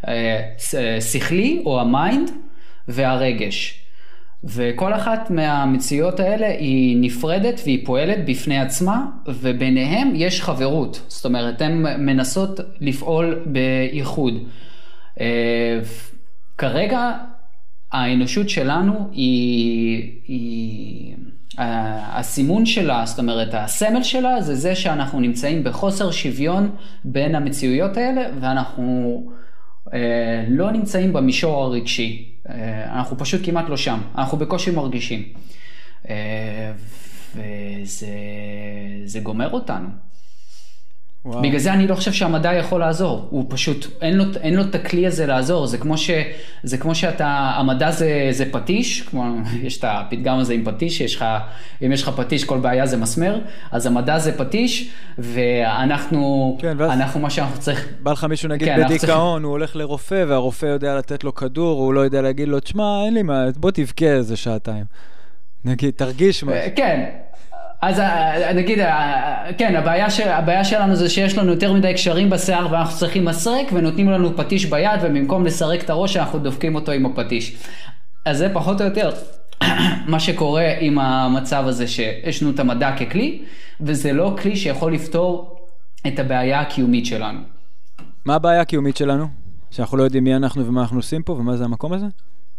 שכלי או המיינד והרגש. וכל אחת מהמציאות האלה היא נפרדת והיא פועלת בפני עצמה, וביניהם יש חברות. זאת אומרת, הן מנסות לפעול בייחוד. כרגע האנושות שלנו היא, היא, הסימון שלה, זאת אומרת, הסמל שלה, זה זה שאנחנו נמצאים בחוסר שוויון בין המציאויות האלה, ואנחנו אה, לא נמצאים במישור הרגשי. אה, אנחנו פשוט כמעט לא שם, אנחנו בקושי מרגישים. אה, וזה זה גומר אותנו. וואו. בגלל זה אני לא חושב שהמדע יכול לעזור, הוא פשוט, אין לו, אין לו את הכלי הזה לעזור, זה כמו, ש, זה כמו שאתה, המדע זה, זה פטיש, כמו, יש את הפתגם הזה עם פטיש, יש לך, אם יש לך פטיש כל בעיה זה מסמר, אז המדע זה פטיש, ואנחנו, כן, אנחנו מה שאנחנו צריך... בא לך מישהו נגיד כן, בדיכאון, צריך... הוא הולך לרופא, והרופא יודע לתת לו כדור, הוא לא יודע להגיד לו, תשמע, אין לי מה, בוא תבכה איזה שעתיים. נגיד, תרגיש מה. כן. אז נגיד, כן, הבעיה, של, הבעיה שלנו זה שיש לנו יותר מדי קשרים בשיער ואנחנו צריכים מסרק ונותנים לנו פטיש ביד ובמקום לסרק את הראש אנחנו דופקים אותו עם הפטיש. אז זה פחות או יותר מה שקורה עם המצב הזה שישנו את המדע ככלי, וזה לא כלי שיכול לפתור את הבעיה הקיומית שלנו. מה הבעיה הקיומית שלנו? שאנחנו לא יודעים מי אנחנו ומה אנחנו עושים פה ומה זה המקום הזה?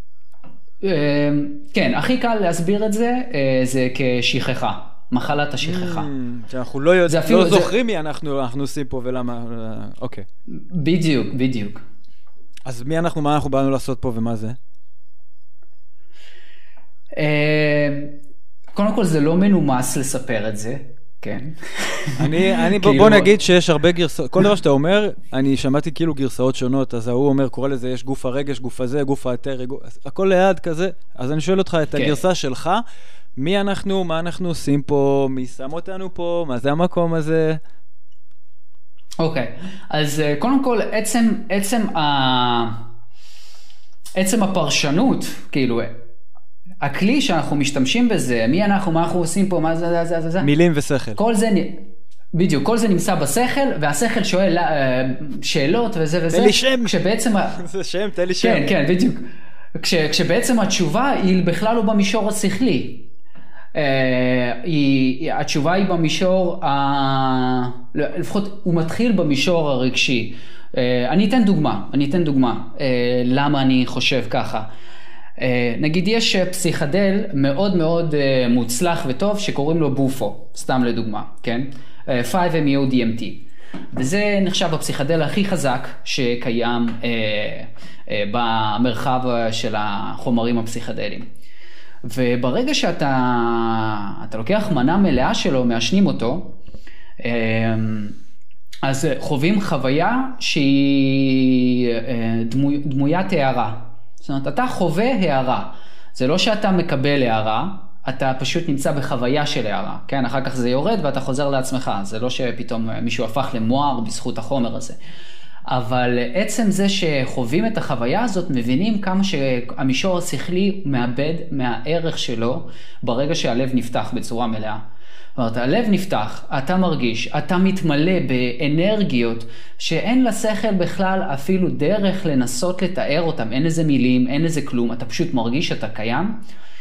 כן, הכי קל להסביר את זה, זה כשכחה. מחלת השכחה. שאנחנו לא יודעים, לא זוכרים מי אנחנו עושים פה ולמה, אוקיי. בדיוק, בדיוק. אז מי אנחנו, מה אנחנו באנו לעשות פה ומה זה? קודם כל זה לא מנומס לספר את זה, כן. אני, בוא נגיד שיש הרבה גרסאות, כל דבר שאתה אומר, אני שמעתי כאילו גרסאות שונות, אז הוא אומר, קורא לזה, יש גוף הרגש, גוף הזה, גוף היתר, הכל ליד כזה, אז אני שואל אותך את הגרסה שלך, מי אנחנו, מה אנחנו עושים פה, מי שם אותנו פה, מה זה המקום הזה? אוקיי, אז קודם כל, עצם, עצם, ה... עצם הפרשנות, כאילו, הכלי שאנחנו משתמשים בזה, מי אנחנו, מה אנחנו עושים פה, מה זה, זה, זה, זה. מילים ושכל. כל זה, בדיוק, כל זה נמצא בשכל, והשכל שואל שאלות וזה וזה. תן לי שם. כשבעצם... זה שם, תן לי שם. כן, כן, בדיוק. כש, כשבעצם התשובה היא בכלל לא במישור השכלי. היא, התשובה היא במישור, ה... לפחות הוא מתחיל במישור הרגשי. אני אתן דוגמה, אני אתן דוגמה, למה אני חושב ככה. נגיד יש פסיכדל מאוד מאוד מוצלח וטוב שקוראים לו בופו, סתם לדוגמה, כן? פייב אם יו די אם טי. וזה נחשב הפסיכדל הכי חזק שקיים במרחב של החומרים הפסיכדליים. וברגע שאתה אתה לוקח מנה מלאה שלו, מאשנים אותו, אז חווים חוויה שהיא דמוי, דמוית הערה. זאת אומרת, אתה חווה הערה. זה לא שאתה מקבל הערה, אתה פשוט נמצא בחוויה של הערה. כן? אחר כך זה יורד ואתה חוזר לעצמך. זה לא שפתאום מישהו הפך למואר בזכות החומר הזה. אבל עצם זה שחווים את החוויה הזאת, מבינים כמה שהמישור השכלי מאבד מהערך שלו ברגע שהלב נפתח בצורה מלאה. זאת אומרת, הלב נפתח, אתה מרגיש, אתה מתמלא באנרגיות שאין לשכל בכלל אפילו דרך לנסות לתאר אותם, אין איזה מילים, אין איזה כלום, אתה פשוט מרגיש שאתה קיים.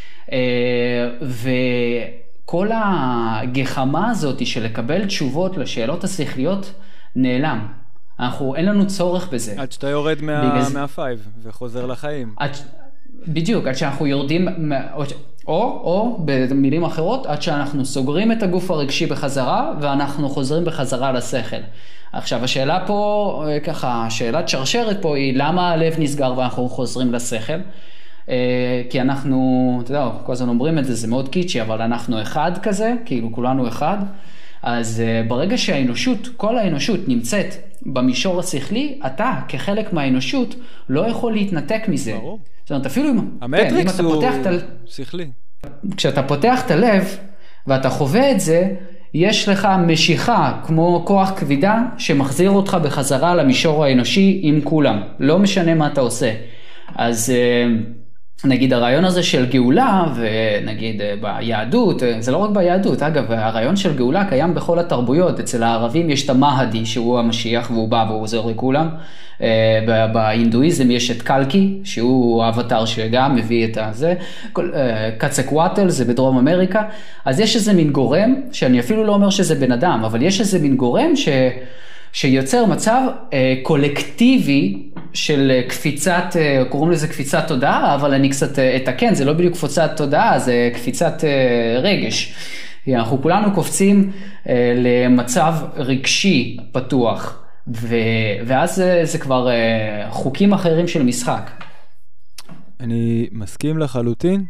וכל הגחמה הזאת של לקבל תשובות לשאלות השכליות נעלם. אנחנו, אין לנו צורך בזה. עד שאתה יורד מה, מהפייב וחוזר לחיים. עד, בדיוק, עד שאנחנו יורדים, או, או, או במילים אחרות, עד שאנחנו סוגרים את הגוף הרגשי בחזרה, ואנחנו חוזרים בחזרה לשכל. עכשיו, השאלה פה, ככה, שאלת שרשרת פה היא, למה הלב נסגר ואנחנו חוזרים לשכל? כי אנחנו, אתה יודע, כל הזמן אומרים את זה, זה מאוד קיצ'י, אבל אנחנו אחד כזה, כאילו כולנו אחד. אז ברגע שהאנושות, כל האנושות נמצאת במישור השכלי, אתה כחלק מהאנושות לא יכול להתנתק מזה. ברור. זאת אומרת, אפילו אם... המטריקס כן, הוא שכלי. כשאתה פותח את הלב ואתה חווה את זה, יש לך משיכה כמו כוח כבידה שמחזיר אותך בחזרה למישור האנושי עם כולם. לא משנה מה אתה עושה. אז... נגיד הרעיון הזה של גאולה, ונגיד ביהדות, זה לא רק ביהדות, אגב, הרעיון של גאולה קיים בכל התרבויות, אצל הערבים יש את המהדי, שהוא המשיח, והוא בא והוא עוזר לכולם, בהינדואיזם יש את קלקי, שהוא האבטר שגם מביא את הזה, קצקוואטל, זה בדרום אמריקה, אז יש איזה מין גורם, שאני אפילו לא אומר שזה בן אדם, אבל יש איזה מין גורם ש... שיוצר מצב קולקטיבי, של קפיצת, קוראים לזה קפיצת תודעה, אבל אני קצת אתקן, זה לא בדיוק קפיצת תודעה, זה קפיצת רגש. אנחנו כולנו קופצים למצב רגשי פתוח, ואז זה, זה כבר חוקים אחרים של משחק. אני מסכים לחלוטין.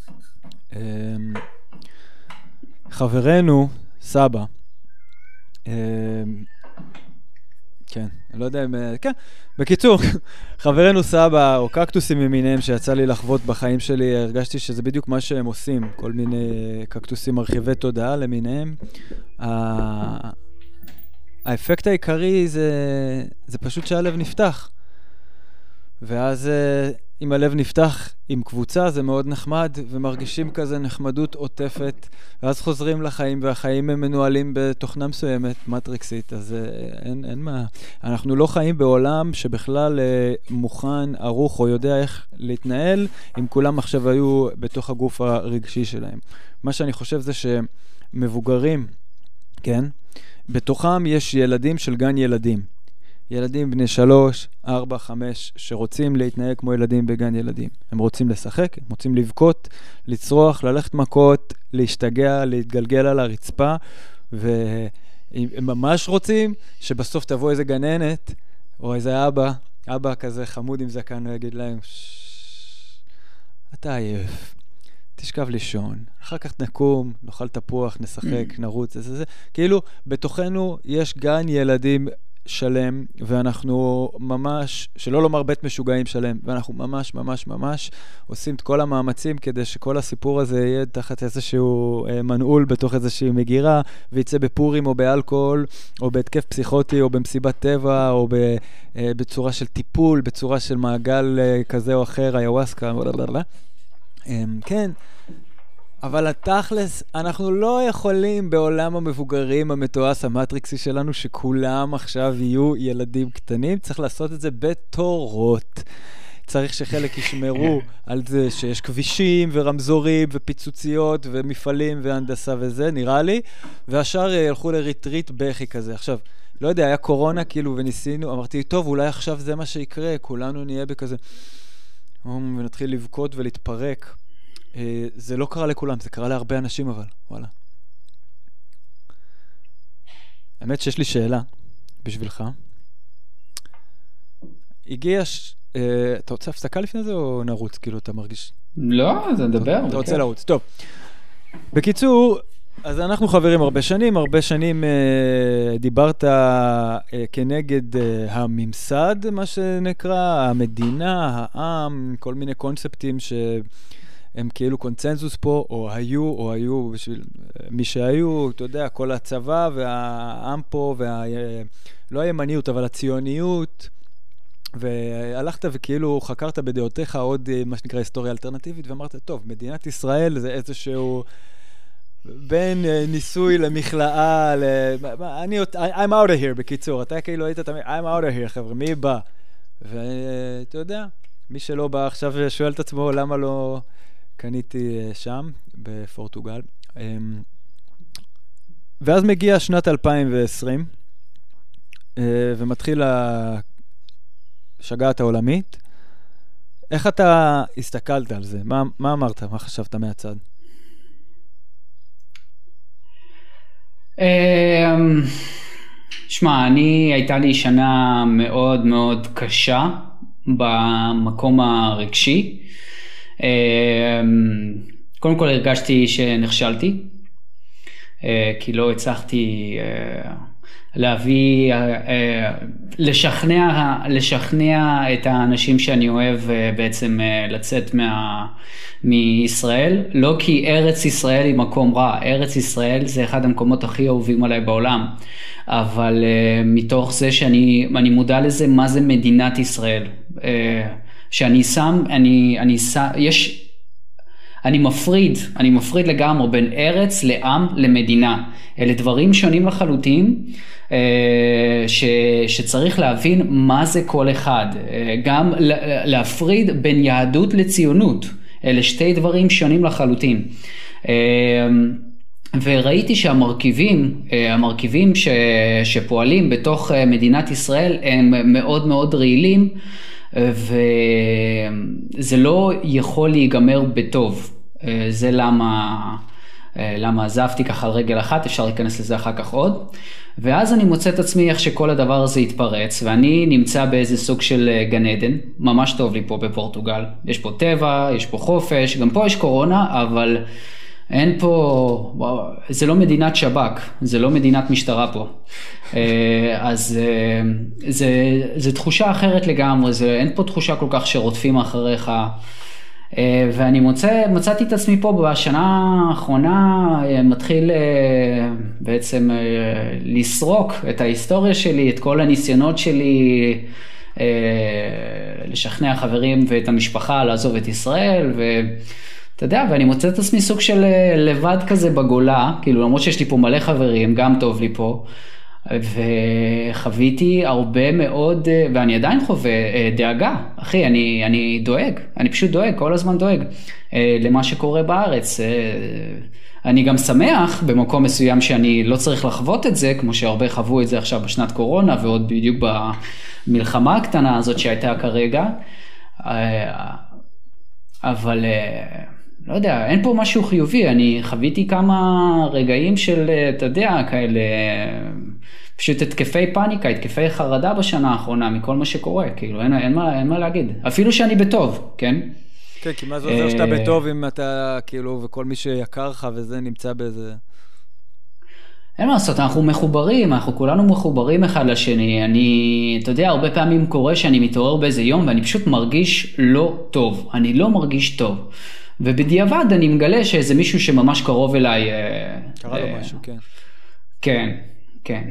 חברנו, סבא, כן, אני לא יודע אם, כן, בקיצור, חברנו סבא או קקטוסים ממיניהם שיצא לי לחוות בחיים שלי, הרגשתי שזה בדיוק מה שהם עושים, כל מיני קקטוסים מרחיבי תודעה למיניהם. האפקט העיקרי זה, זה פשוט שהלב נפתח. ואז אם הלב נפתח עם קבוצה זה מאוד נחמד, ומרגישים כזה נחמדות עוטפת, ואז חוזרים לחיים, והחיים הם מנוהלים בתוכנה מסוימת, מטריקסית, אז אין, אין מה. אנחנו לא חיים בעולם שבכלל מוכן, ערוך או יודע איך להתנהל, אם כולם עכשיו היו בתוך הגוף הרגשי שלהם. מה שאני חושב זה שמבוגרים, כן? בתוכם יש ילדים של גן ילדים. ילדים בני שלוש, ארבע, חמש, שרוצים להתנהג כמו ילדים בגן ילדים. הם רוצים לשחק, הם רוצים לבכות, לצרוח, ללכת מכות, להשתגע, להתגלגל על הרצפה, והם ממש רוצים שבסוף תבוא איזה גננת, או איזה אבא, אבא כזה חמוד עם זקן, ויגיד להם, אתה עייף, תשכב לישון, אחר כך נקום, נאכל תפוח, נשחק, נרוץ, זה, זה, זה. כאילו, בתוכנו יש גן ילדים שלם, ואנחנו ממש, שלא לומר בית משוגעים שלם, ואנחנו ממש ממש ממש עושים את כל המאמצים כדי שכל הסיפור הזה יהיה תחת איזשהו אה, מנעול בתוך איזושהי מגירה, ויצא בפורים או באלכוהול, או בהתקף פסיכוטי, או במסיבת טבע, או ב, אה, בצורה של טיפול, בצורה של מעגל אה, כזה או אחר, איוואסקה, אה, כן, אבל התכלס, אנחנו לא יכולים בעולם המבוגרים המתועש המטריקסי שלנו שכולם עכשיו יהיו ילדים קטנים, צריך לעשות את זה בתורות. צריך שחלק ישמרו על זה שיש כבישים ורמזורים ופיצוציות ומפעלים והנדסה וזה, נראה לי, והשאר ילכו לריטריט בכי כזה. עכשיו, לא יודע, היה קורונה כאילו וניסינו, אמרתי, טוב, אולי עכשיו זה מה שיקרה, כולנו נהיה בכזה, ונתחיל לבכות ולהתפרק. זה לא קרה לכולם, זה קרה להרבה אנשים אבל, וואלה. האמת שיש לי שאלה בשבילך. הגיע, ש... אתה רוצה הפסקה לפני זה או נרוץ? כאילו אתה מרגיש... לא, זה נדבר. אתה רוצה לרוץ, טוב. בקיצור, אז אנחנו חברים הרבה שנים, הרבה שנים דיברת כנגד הממסד, מה שנקרא, המדינה, העם, כל מיני קונספטים ש... הם כאילו קונצנזוס פה, או היו, או היו בשביל מי שהיו, אתה יודע, כל הצבא והעם פה, וה... לא הימניות, אבל הציוניות, והלכת וכאילו חקרת בדעותיך עוד מה שנקרא היסטוריה אלטרנטיבית, ואמרת, טוב, מדינת ישראל זה איזשהו בין ניסוי למכלאה, ל... אני, I'm out of here בקיצור, אתה כאילו היית תמיד, I'm out of here חבר'ה, מי בא? ואתה יודע, מי שלא בא עכשיו שואל את עצמו למה לא... קניתי שם, בפורטוגל. ואז מגיע שנת אלפיים ועשרים, ומתחיל השגעת העולמית. איך אתה הסתכלת על זה? מה, מה אמרת? מה חשבת מהצד? שמע, אני, הייתה לי שנה מאוד מאוד קשה במקום הרגשי. קודם כל הרגשתי שנכשלתי, כי לא הצלחתי להביא, לשכנע, לשכנע את האנשים שאני אוהב בעצם לצאת מה, מישראל, לא כי ארץ ישראל היא מקום רע, ארץ ישראל זה אחד המקומות הכי אהובים עליי בעולם, אבל מתוך זה שאני אני מודע לזה מה זה מדינת ישראל, שאני שם, אני, אני שם, יש, אני מפריד, אני מפריד לגמרי בין ארץ, לעם, למדינה. אלה דברים שונים לחלוטין, ש, שצריך להבין מה זה כל אחד. גם להפריד בין יהדות לציונות. אלה שתי דברים שונים לחלוטין. וראיתי שהמרכיבים, המרכיבים ש, שפועלים בתוך מדינת ישראל הם מאוד מאוד רעילים, וזה לא יכול להיגמר בטוב. זה למה, למה עזבתי ככה על רגל אחת, אפשר להיכנס לזה אחר כך עוד. ואז אני מוצא את עצמי איך שכל הדבר הזה יתפרץ, ואני נמצא באיזה סוג של גן עדן, ממש טוב לי פה בפורטוגל. יש פה טבע, יש פה חופש, גם פה יש קורונה, אבל אין פה, וואו, זה לא מדינת שב"כ, זה לא מדינת משטרה פה. אז זה, זה תחושה אחרת לגמרי, זה, אין פה תחושה כל כך שרודפים אחריך, ואני מוצא, מצאתי את עצמי פה בשנה האחרונה, מתחיל בעצם לסרוק את ההיסטוריה שלי, את כל הניסיונות שלי, לשכנע חברים ואת המשפחה לעזוב את ישראל, ואתה יודע, ואני מוצא את עצמי סוג של לבד כזה בגולה, כאילו למרות שיש לי פה מלא חברים, גם טוב לי פה, וחוויתי הרבה מאוד, ואני עדיין חווה דאגה, אחי, אני, אני דואג, אני פשוט דואג, כל הזמן דואג למה שקורה בארץ. אני גם שמח במקום מסוים שאני לא צריך לחוות את זה, כמו שהרבה חוו את זה עכשיו בשנת קורונה, ועוד בדיוק במלחמה הקטנה הזאת שהייתה כרגע, אבל לא יודע, אין פה משהו חיובי, אני חוויתי כמה רגעים של, אתה יודע, כאלה, פשוט התקפי פאניקה, התקפי חרדה בשנה האחרונה, מכל מה שקורה, כאילו, אין, אין, מה, אין מה להגיד. אפילו שאני בטוב, כן? כן, כי מה זה עוזר שאתה בטוב אם אתה, כאילו, וכל מי שיקר לך וזה נמצא באיזה... אין מה לעשות, אנחנו מחוברים, אנחנו כולנו מחוברים אחד לשני. אני, אתה יודע, הרבה פעמים קורה שאני מתעורר באיזה יום, ואני פשוט מרגיש לא טוב. אני לא מרגיש טוב. ובדיעבד אני מגלה שאיזה מישהו שממש קרוב אליי... קרה לו משהו, כן. כן, כן.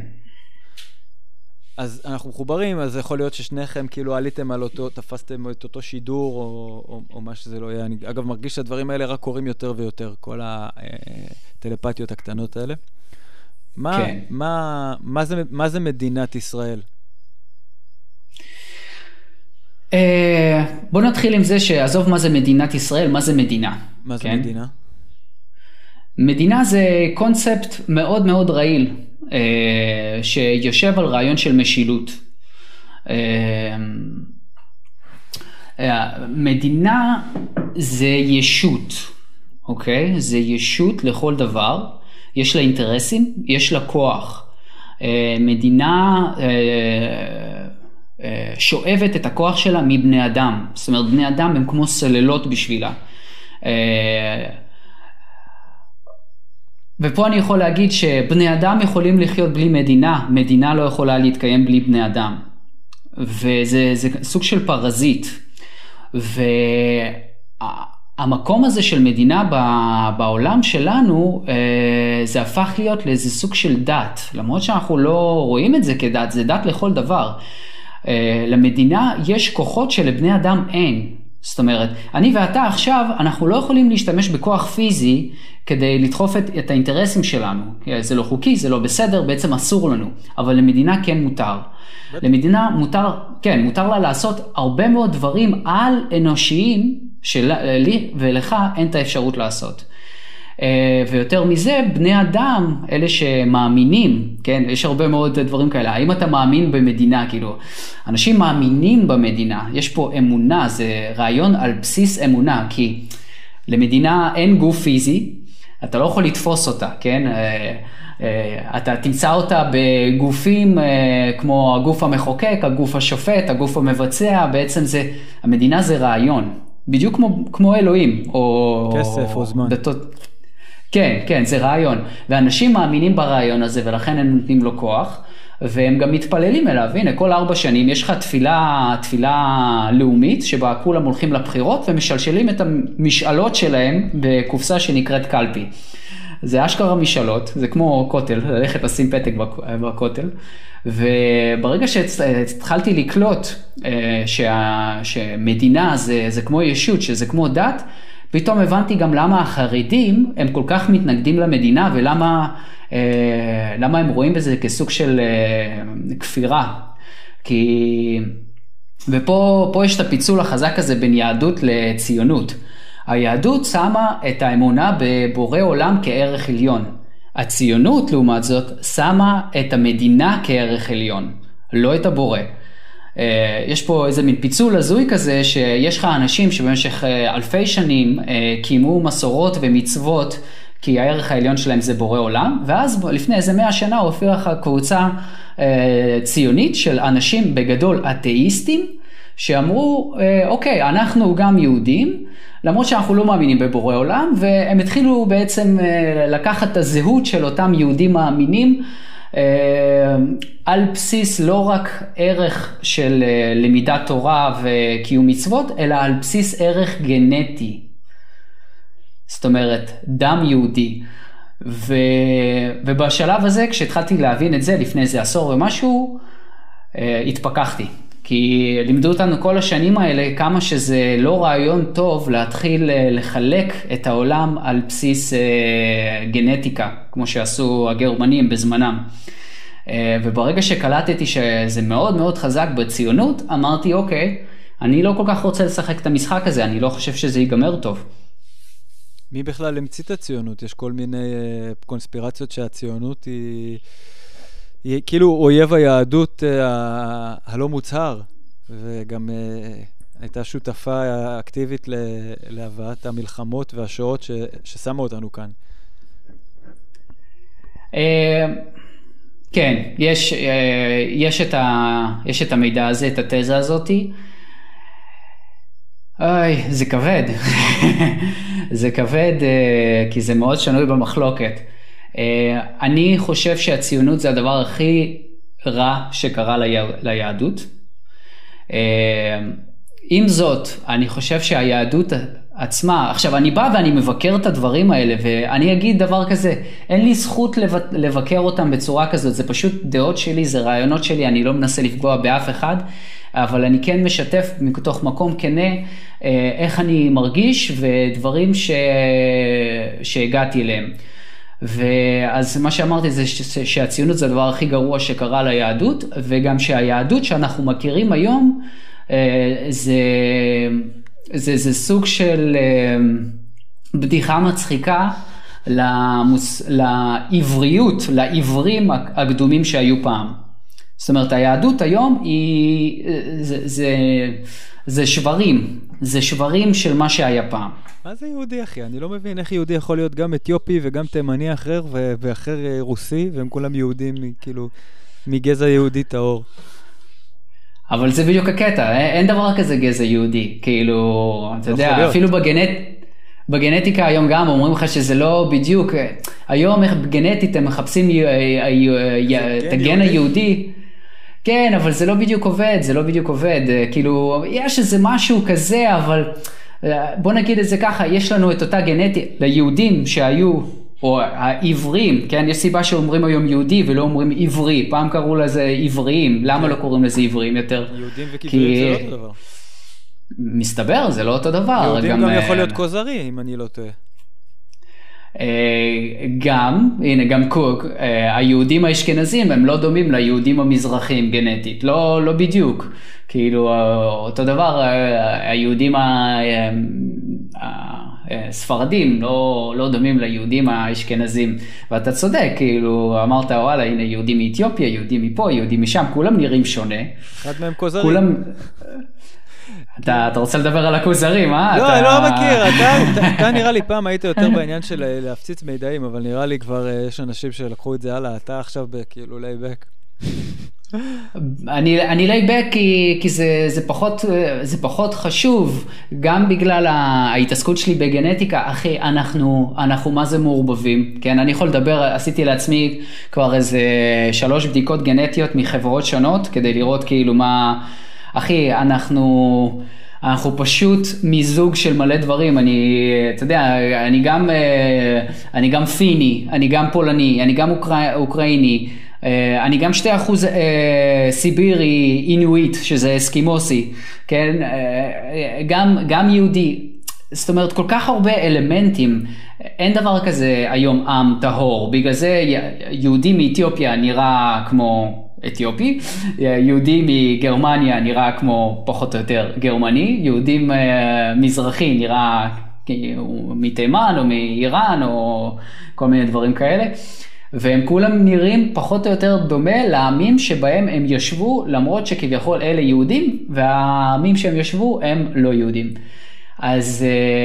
אז אנחנו מחוברים, אז יכול להיות ששניכם כאילו עליתם על אותו, תפסתם את אותו שידור, או, או, או מה שזה לא יהיה. אני אגב מרגיש שהדברים האלה רק קורים יותר ויותר, כל הטלפתיות הקטנות האלה. מה, כן. מה, מה זה, מה זה מדינת ישראל? בוא נתחיל עם זה שעזוב מה זה מדינת ישראל, מה זה מדינה. מה זה כן? מדינה? מדינה זה קונספט מאוד מאוד רעיל, שיושב על רעיון של משילות. מדינה זה ישות, אוקיי? זה ישות לכל דבר, יש לה אינטרסים, יש לה כוח. מדינה שואבת את הכוח שלה מבני אדם, זאת אומרת בני אדם הם כמו סוללות בשבילה. ופה אני יכול להגיד שבני אדם יכולים לחיות בלי מדינה, מדינה לא יכולה להתקיים בלי בני אדם. וזה זה סוג של פרזיט. והמקום הזה של מדינה בעולם שלנו, זה הפך להיות לאיזה סוג של דת. למרות שאנחנו לא רואים את זה כדת, זה דת לכל דבר. למדינה יש כוחות שלבני אדם אין. זאת אומרת, אני ואתה עכשיו, אנחנו לא יכולים להשתמש בכוח פיזי כדי לדחוף את, את האינטרסים שלנו. זה לא חוקי, זה לא בסדר, בעצם אסור לנו. אבל למדינה כן מותר. למדינה מותר, כן, מותר לה לעשות הרבה מאוד דברים על אנושיים שלי ולך אין את האפשרות לעשות. ויותר מזה, בני אדם, אלה שמאמינים, כן, יש הרבה מאוד דברים כאלה, האם אתה מאמין במדינה, כאילו, אנשים מאמינים במדינה, יש פה אמונה, זה רעיון על בסיס אמונה, כי למדינה אין גוף פיזי, אתה לא יכול לתפוס אותה, כן, אתה תמצא אותה בגופים כמו הגוף המחוקק, הגוף השופט, הגוף המבצע, בעצם זה, המדינה זה רעיון, בדיוק כמו, כמו אלוהים, או... כסף או זמן. דתות, כן, כן, זה רעיון, ואנשים מאמינים ברעיון הזה, ולכן הם נותנים לו כוח, והם גם מתפללים אליו. הנה, כל ארבע שנים יש לך תפילה, תפילה לאומית, שבה כולם הולכים לבחירות, ומשלשלים את המשאלות שלהם בקופסה שנקראת קלפי. זה אשכרה משאלות, זה כמו כותל, ללכת לשים פתק בכותל, וברגע שהתחלתי לקלוט שה, שמדינה זה, זה כמו ישות, שזה כמו דת, פתאום הבנתי גם למה החרדים הם כל כך מתנגדים למדינה, ולמה אה, למה הם רואים בזה כסוג של אה, כפירה. כי, ופה פה יש את הפיצול החזק הזה בין יהדות לציונות. היהדות שמה את האמונה בבורא עולם כערך עליון. הציונות לעומת זאת שמה את המדינה כערך עליון, לא את הבורא. יש פה איזה מין פיצול הזוי כזה, שיש לך אנשים שבמשך אלפי שנים קיימו מסורות ומצוות, כי הערך העליון שלהם זה בורא עולם, ואז לפני איזה מאה שנה הופיעה לך קבוצה ציונית של אנשים בגדול אתאיסטים, שאמרו, אוקיי, אנחנו גם יהודים, למרות שאנחנו לא מאמינים בבורא עולם, והם התחילו בעצם לקחת את הזהות של אותם יהודים מאמינים, על בסיס לא רק ערך של למידת תורה וקיום מצוות, אלא על בסיס ערך גנטי. זאת אומרת, דם יהודי. ו... ובשלב הזה, כשהתחלתי להבין את זה לפני איזה עשור ומשהו, התפקחתי. כי לימדו אותנו כל השנים האלה כמה שזה לא רעיון טוב להתחיל לחלק את העולם על בסיס גנטיקה, כמו שעשו הגרמנים בזמנם. וברגע שקלטתי שזה מאוד מאוד חזק בציונות, אמרתי, אוקיי, אני לא כל כך רוצה לשחק את המשחק הזה, אני לא חושב שזה ייגמר טוב. מי בכלל המציא את הציונות? יש כל מיני קונספירציות שהציונות היא, היא כאילו אויב היהדות הלא מוצהר, וגם הייתה שותפה אקטיבית להבאת המלחמות והשואות ש, ששמה אותנו כאן. כן, יש, יש, את ה, יש את המידע הזה, את התזה הזאת. אוי, זה כבד. זה כבד כי זה מאוד שנוי במחלוקת. אני חושב שהציונות זה הדבר הכי רע שקרה ליהדות. עם זאת, אני חושב שהיהדות עצמה, עכשיו אני בא ואני מבקר את הדברים האלה, ואני אגיד דבר כזה, אין לי זכות לבקר אותם בצורה כזאת, זה פשוט דעות שלי, זה רעיונות שלי, אני לא מנסה לפגוע באף אחד, אבל אני כן משתף מתוך מקום כנה, איך אני מרגיש ודברים ש... שהגעתי אליהם. ואז מה שאמרתי זה שהציונות זה הדבר הכי גרוע שקרה ליהדות, וגם שהיהדות שאנחנו מכירים היום, זה, זה, זה סוג של בדיחה מצחיקה למוס, לעבריות, לעברים הקדומים שהיו פעם. זאת אומרת, היהדות היום היא, זה, זה, זה שברים, זה שברים של מה שהיה פעם. מה זה יהודי, אחי? אני לא מבין איך יהודי יכול להיות גם אתיופי וגם תימני אחר ואחר רוסי, והם כולם יהודים כאילו מגזע יהודי טהור. אבל זה בדיוק הקטע, אין דבר כזה גזע יהודי, כאילו, אתה יודע, אפילו בגנט, בגנטיקה היום גם אומרים לך שזה לא בדיוק, היום בגנטית הם מחפשים את הגן היהודי, כן, אבל זה לא בדיוק עובד, זה לא בדיוק עובד, כאילו, יש איזה משהו כזה, אבל בוא נגיד את זה ככה, יש לנו את אותה גנטית, ליהודים שהיו, או העברים, כן, יש סיבה שאומרים היום יהודי ולא אומרים עברי, פעם קראו לזה עבריים, למה לא קוראים לזה עבריים יותר? יהודים וכיוורים זה לא אותו דבר. מסתבר, זה לא אותו דבר. יהודים גם יכול להיות כוזרי, אם אני לא טועה. גם, הנה, גם קוק, היהודים האשכנזים הם לא דומים ליהודים המזרחים גנטית, לא, לא בדיוק. כאילו, אותו דבר, היהודים הספרדים לא, לא דומים ליהודים האשכנזים. ואתה צודק, כאילו, אמרת, וואלה, הנה, יהודים מאתיופיה, יהודים מפה, יהודים משם, כולם נראים שונה. אחד מהם כוזרים. כולם... אתה, אתה רוצה לדבר על הכוזרים, אה? לא, אתה... אני לא מכיר, אתה, אתה, אתה נראה לי פעם היית יותר בעניין של להפציץ מידעים, אבל נראה לי כבר יש אנשים שלקחו את זה הלאה, אתה עכשיו כאילו לייבק. אני, אני לייבק כי, כי זה, זה פחות, זה פחות חשוב, גם בגלל ההתעסקות שלי בגנטיקה, אחי, אנחנו, אנחנו מה זה מעורבבים, כן? אני יכול לדבר, עשיתי לעצמי כבר איזה שלוש בדיקות גנטיות מחברות שונות, כדי לראות כאילו מה... אחי, אנחנו, אנחנו פשוט מיזוג של מלא דברים, אני, אתה יודע, אני גם, אני גם פיני, אני גם פולני, אני גם אוקראי, אוקראיני, אני גם שתי אחוז סיבירי אינואיט, שזה אסקימוסי, כן, גם, גם יהודי, זאת אומרת, כל כך הרבה אלמנטים, אין דבר כזה היום עם טהור, בגלל זה יהודי מאתיופיה נראה כמו... אתיופי, יהודי מגרמניה נראה כמו פחות או יותר גרמני, יהודי מזרחי נראה מתימן או מאיראן או כל מיני דברים כאלה, והם כולם נראים פחות או יותר דומה לעמים שבהם הם ישבו, למרות שכביכול אלה יהודים, והעמים שהם ישבו הם לא יהודים. אז...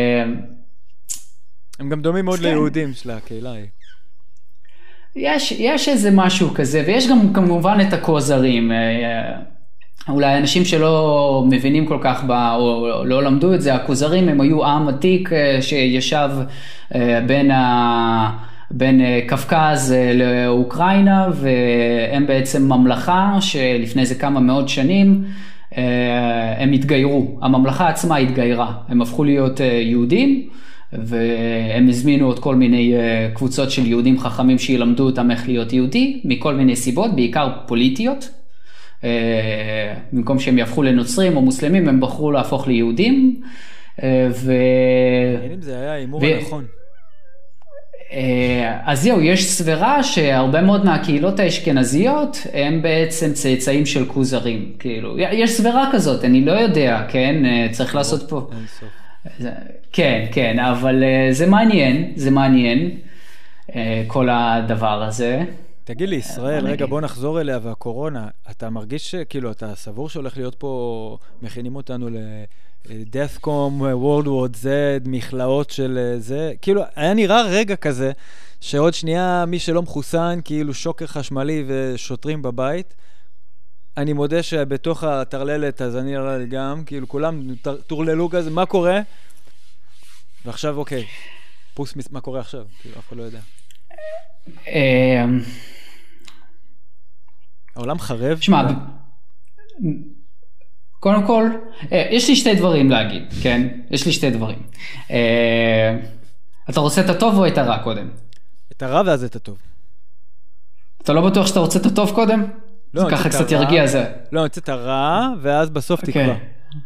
הם גם דומים מאוד ליהודים של הקהילה ההיא. יש, יש איזה משהו כזה, ויש גם כמובן את הכוזרים, אולי אנשים שלא מבינים כל כך, בא, או לא למדו את זה, הכוזרים הם היו עם עתיק שישב בין, ה, בין קפקז לאוקראינה, והם בעצם ממלכה שלפני זה כמה מאות שנים, הם התגיירו, הממלכה עצמה התגיירה, הם הפכו להיות יהודים, והם הזמינו עוד כל מיני קבוצות של יהודים חכמים שילמדו אותם איך להיות יהודי, מכל מיני סיבות, בעיקר פוליטיות. במקום שהם יהפכו לנוצרים או מוסלמים, הם בחרו להפוך ליהודים. ו... אם זה היה האימור ו... הנכון. אז זהו, יש סברה שהרבה מאוד מהקהילות האשכנזיות הם בעצם צאצאים של כוזרים. כאילו, יש סברה כזאת, אני לא יודע, כן? צריך לעשות פה... כן, כן, אבל זה מעניין, זה מעניין, כל הדבר הזה. תגיד לי, ישראל, רגע, בוא נחזור אליה, והקורונה, אתה מרגיש שכאילו, אתה סבור שהולך להיות פה, מכינים אותנו ל-Deathcom, World War Z, מכלאות של זה, כאילו, היה נראה רגע כזה, שעוד שנייה מי שלא מחוסן, כאילו שוקר חשמלי ושוטרים בבית, אני מודה שבתוך התרללת, אז אני עלה לי גם, כאילו כולם תורללו כזה, מה קורה? ועכשיו, אוקיי, פוס, מה קורה עכשיו? כאילו, אף אחד לא יודע. העולם חרב? שמע, קודם כל, יש לי שתי דברים להגיד, כן? יש לי שתי דברים. אתה רוצה את הטוב או את הרע קודם? את הרע ואז את הטוב. אתה לא בטוח שאתה רוצה את הטוב קודם? לא, זה ככה קצת ירגיע זה. לא, אני רוצה את הרע, ואז בסוף תקווה.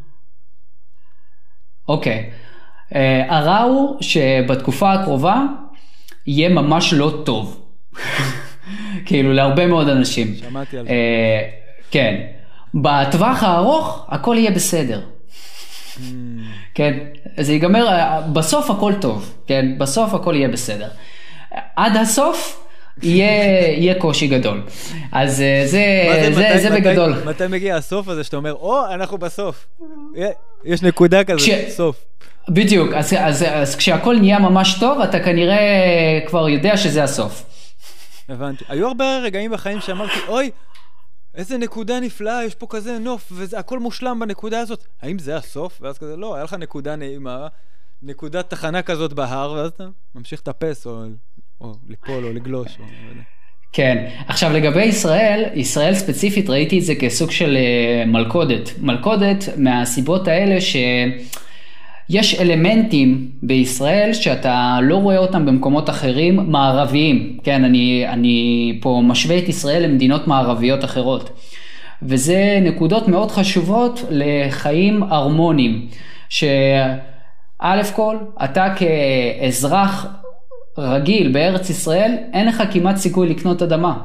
אוקיי. הרע הוא שבתקופה הקרובה יהיה ממש לא טוב. כאילו, להרבה מאוד אנשים. שמעתי על זה. כן. בטווח הארוך, הכל יהיה בסדר. כן. זה ייגמר, בסוף הכל טוב. כן. בסוף הכל יהיה בסדר. עד הסוף... יהיה, יהיה קושי גדול. אז זה, זה, זה, זה בגדול. מתי מגיע הסוף הזה שאתה אומר, או, אנחנו בסוף. יש נקודה כזה, כש... סוף. בדיוק, אז, אז, אז כשהכל נהיה ממש טוב, אתה כנראה כבר יודע שזה הסוף. הבנתי. היו הרבה רגעים בחיים שאמרתי, אוי, איזה נקודה נפלאה, יש פה כזה נוף, והכל מושלם בנקודה הזאת. האם זה הסוף? ואז כזה, לא, היה לך נקודה נעימה, נקודת תחנה כזאת בהר, ואז אתה ממשיך לטפס, או... או ליפול או לגלוש. או... כן, עכשיו לגבי ישראל, ישראל ספציפית ראיתי את זה כסוג של מלכודת. מלכודת מהסיבות האלה שיש אלמנטים בישראל שאתה לא רואה אותם במקומות אחרים מערביים. כן, אני, אני פה משווה את ישראל למדינות מערביות אחרות. וזה נקודות מאוד חשובות לחיים הרמוניים. שא' כל, אתה כאזרח רגיל בארץ ישראל, אין לך כמעט סיכוי לקנות אדמה.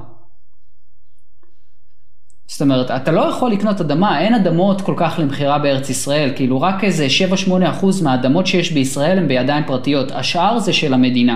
זאת אומרת, אתה לא יכול לקנות אדמה, אין אדמות כל כך למחירה בארץ ישראל, כאילו רק איזה שבע שמונה אחוז מהאדמות שיש בישראל הן בידיים פרטיות, השאר זה של המדינה.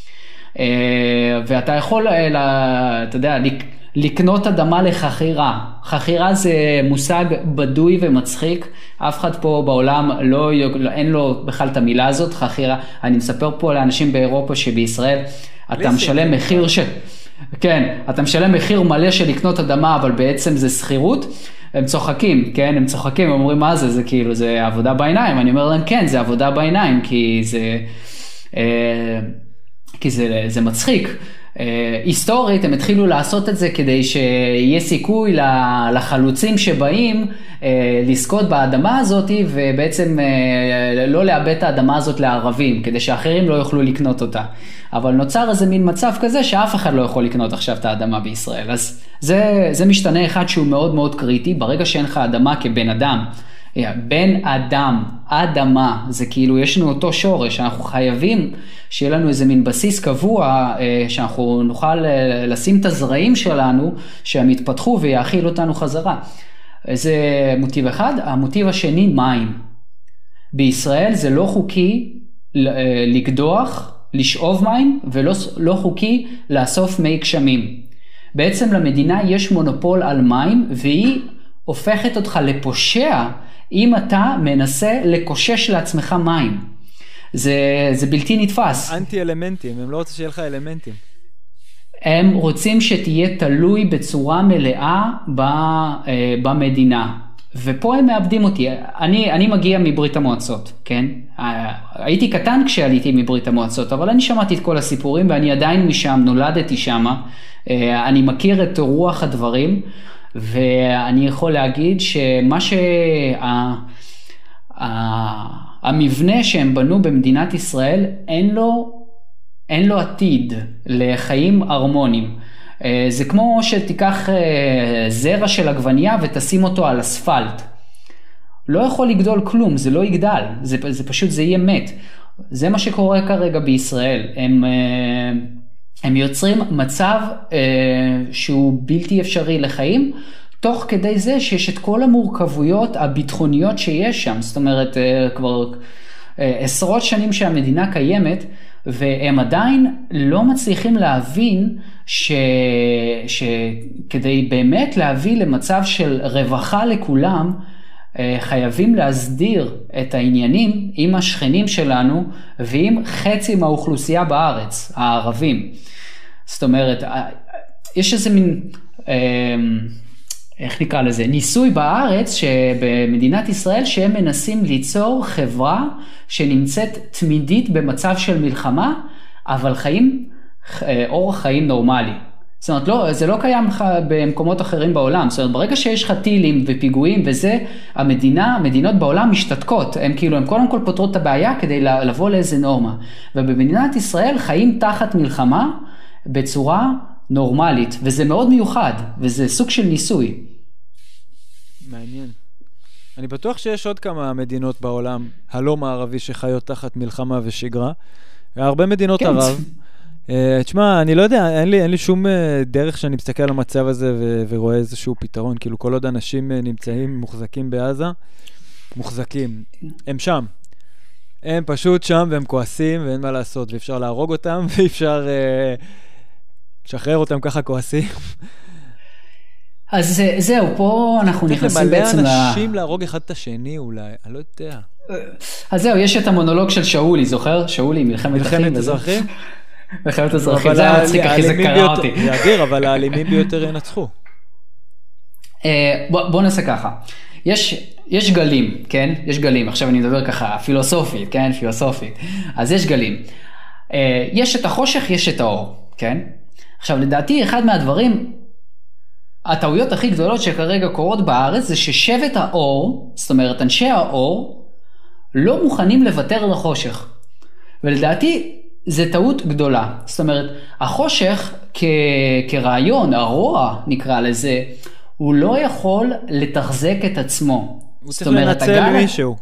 ואתה יכול, אתה יודע, לקנות אדמה לחכירה. חכירה זה מושג בדוי ומצחיק, אף אחד פה בעולם לא, אין לו בכלל את המילה הזאת, חכירה. אני מספר פה לאנשים באירופה שבישראל, אתה משלם מחיר ש... כן, אתה משלם מחיר מלא של לקנות אדמה, אבל בעצם זה שכירות. הם צוחקים, כן, הם צוחקים, הם אומרים מה זה, זה כאילו, זה עבודה בעיניים. אני אומר להם, כן, זה עבודה בעיניים, כי זה, אה, כי זה, זה מצחיק. היסטורית, הם התחילו לעשות את זה כדי שיהיה סיכוי לחלוצים שבאים לזכות באדמה הזאת, ובעצם לא לאבד את האדמה הזאת לערבים, כדי שאחרים לא יוכלו לקנות אותה. אבל נוצר איזה מין מצב כזה שאף אחד לא יכול לקנות עכשיו את האדמה בישראל. אז זה, זה משתנה אחד שהוא מאוד מאוד קריטי, ברגע שאין לך אדמה כבן אדם, בן אדם, אדמה, זה כאילו יש לנו אותו שורש, אנחנו חייבים שיהיה לנו איזה מין בסיס קבוע, שאנחנו נוכל לשים את הזרעים שלנו, שהם יתפתחו ויאכיל אותנו חזרה. זה מוטיב אחד. המוטיב השני, מים. בישראל זה לא חוקי לקדוח, לשאוב מים ולא לא חוקי לאסוף מי גשמים. בעצם למדינה יש מונופול על מים, והיא הופכת אותך לפושע אם אתה מנסה לקושש לעצמך מים. זה, זה בלתי נתפס. אנטי אלמנטים, הם לא רוצים שיהיה לך אלמנטים. הם רוצים שתהיה תלוי בצורה מלאה במדינה. ופה הם מאבדים אותי. אני, אני מגיע מברית המועצות, כן? הייתי קטן כשעליתי מברית המועצות, אבל אני שמעתי את כל הסיפורים, ואני עדיין משם, נולדתי שם. אני מכיר את רוח הדברים, ואני יכול להגיד שמה שה... המבנה שהם בנו במדינת ישראל, אין לו, אין לו עתיד לחיים הרמוניים. זה כמו שתיקח זרע של עגבנייה ותשים אותו על אספלט. לא יכול לגדול כלום, זה לא יגדל, זה, זה פשוט, זה יהיה מת. זה מה שקורה כרגע בישראל. הם, הם יוצרים מצב שהוא בלתי אפשרי לחיים, תוך כדי זה שיש את כל המורכבויות הביטחוניות שיש שם. זאת אומרת, כבר עשרות שנים שהמדינה קיימת, והם עדיין לא מצליחים להבין ש... שכדי באמת להביא למצב של רווחה לכולם, חייבים להסדיר את העניינים עם השכנים שלנו, ועם חצי מהאוכלוסייה בארץ, הערבים. זאת אומרת, יש איזה מין... איך נקרא לזה? ניסוי בארץ שבמדינת ישראל שהם מנסים ליצור חברה שנמצאת תמידית במצב של מלחמה, אבל חיים, אורח חיים נורמלי. זאת אומרת, לא, זה לא קיים במקומות אחרים בעולם. זאת אומרת, ברגע שיש לך טילים ופיגועים וזה, המדינה, המדינות בעולם משתתקות. הם כאילו, הם קודם כל פותרות את הבעיה כדי לבוא לאיזה נורמה. ובמדינת ישראל חיים תחת מלחמה בצורה נורמלית, וזה מאוד מיוחד, וזה סוג של ניסוי. מעניין. אני בטוח שיש עוד כמה מדינות בעולם הלא מערבי שחיות תחת מלחמה ושגרה. הרבה מדינות כן. ערב. תשמע, אני לא יודע, אין לי, אין לי שום דרך שאני מסתכל על המצב הזה ו- ורואה איזשהו פתרון. כאילו כל עוד אנשים נמצאים מוחזקים בעזה, מוחזקים. הם שם. הם פשוט שם והם כועסים ואין מה לעשות, ואפשר להרוג אותם ואפשר... לשחרר אותם ככה כועסים. אז זהו, פה אנחנו נכנסים בעצם... צריך למלא אנשים להרוג אחד את השני אולי, אני לא יודע. אז זהו, יש את המונולוג של שאולי, זוכר? שאולי, מלחמת אחים. מלחמת אזרחים? מלחמת אזרחים, זה היה מצחיק, אחי, זה קרא אותי. זה אדיר, אבל האלימים ביותר ינצחו. בוא נעשה ככה. יש... יש גלים, כן? יש גלים. עכשיו אני מדבר ככה, פילוסופית, כן? פילוסופית. אז יש גלים. יש את החושך, יש את האור, כן? עכשיו, לדעתי, אחד מהדברים, הטעויות הכי גדולות שכרגע קורות בארץ, זה ששבט האור, זאת אומרת, אנשי האור, לא מוכנים לוותר לחושך. ולדעתי, זה טעות גדולה. זאת אומרת, החושך כ- כרעיון, הרוע נקרא לזה, הוא לא יכול לתחזק את עצמו. הוא צריך לנצל מישהו.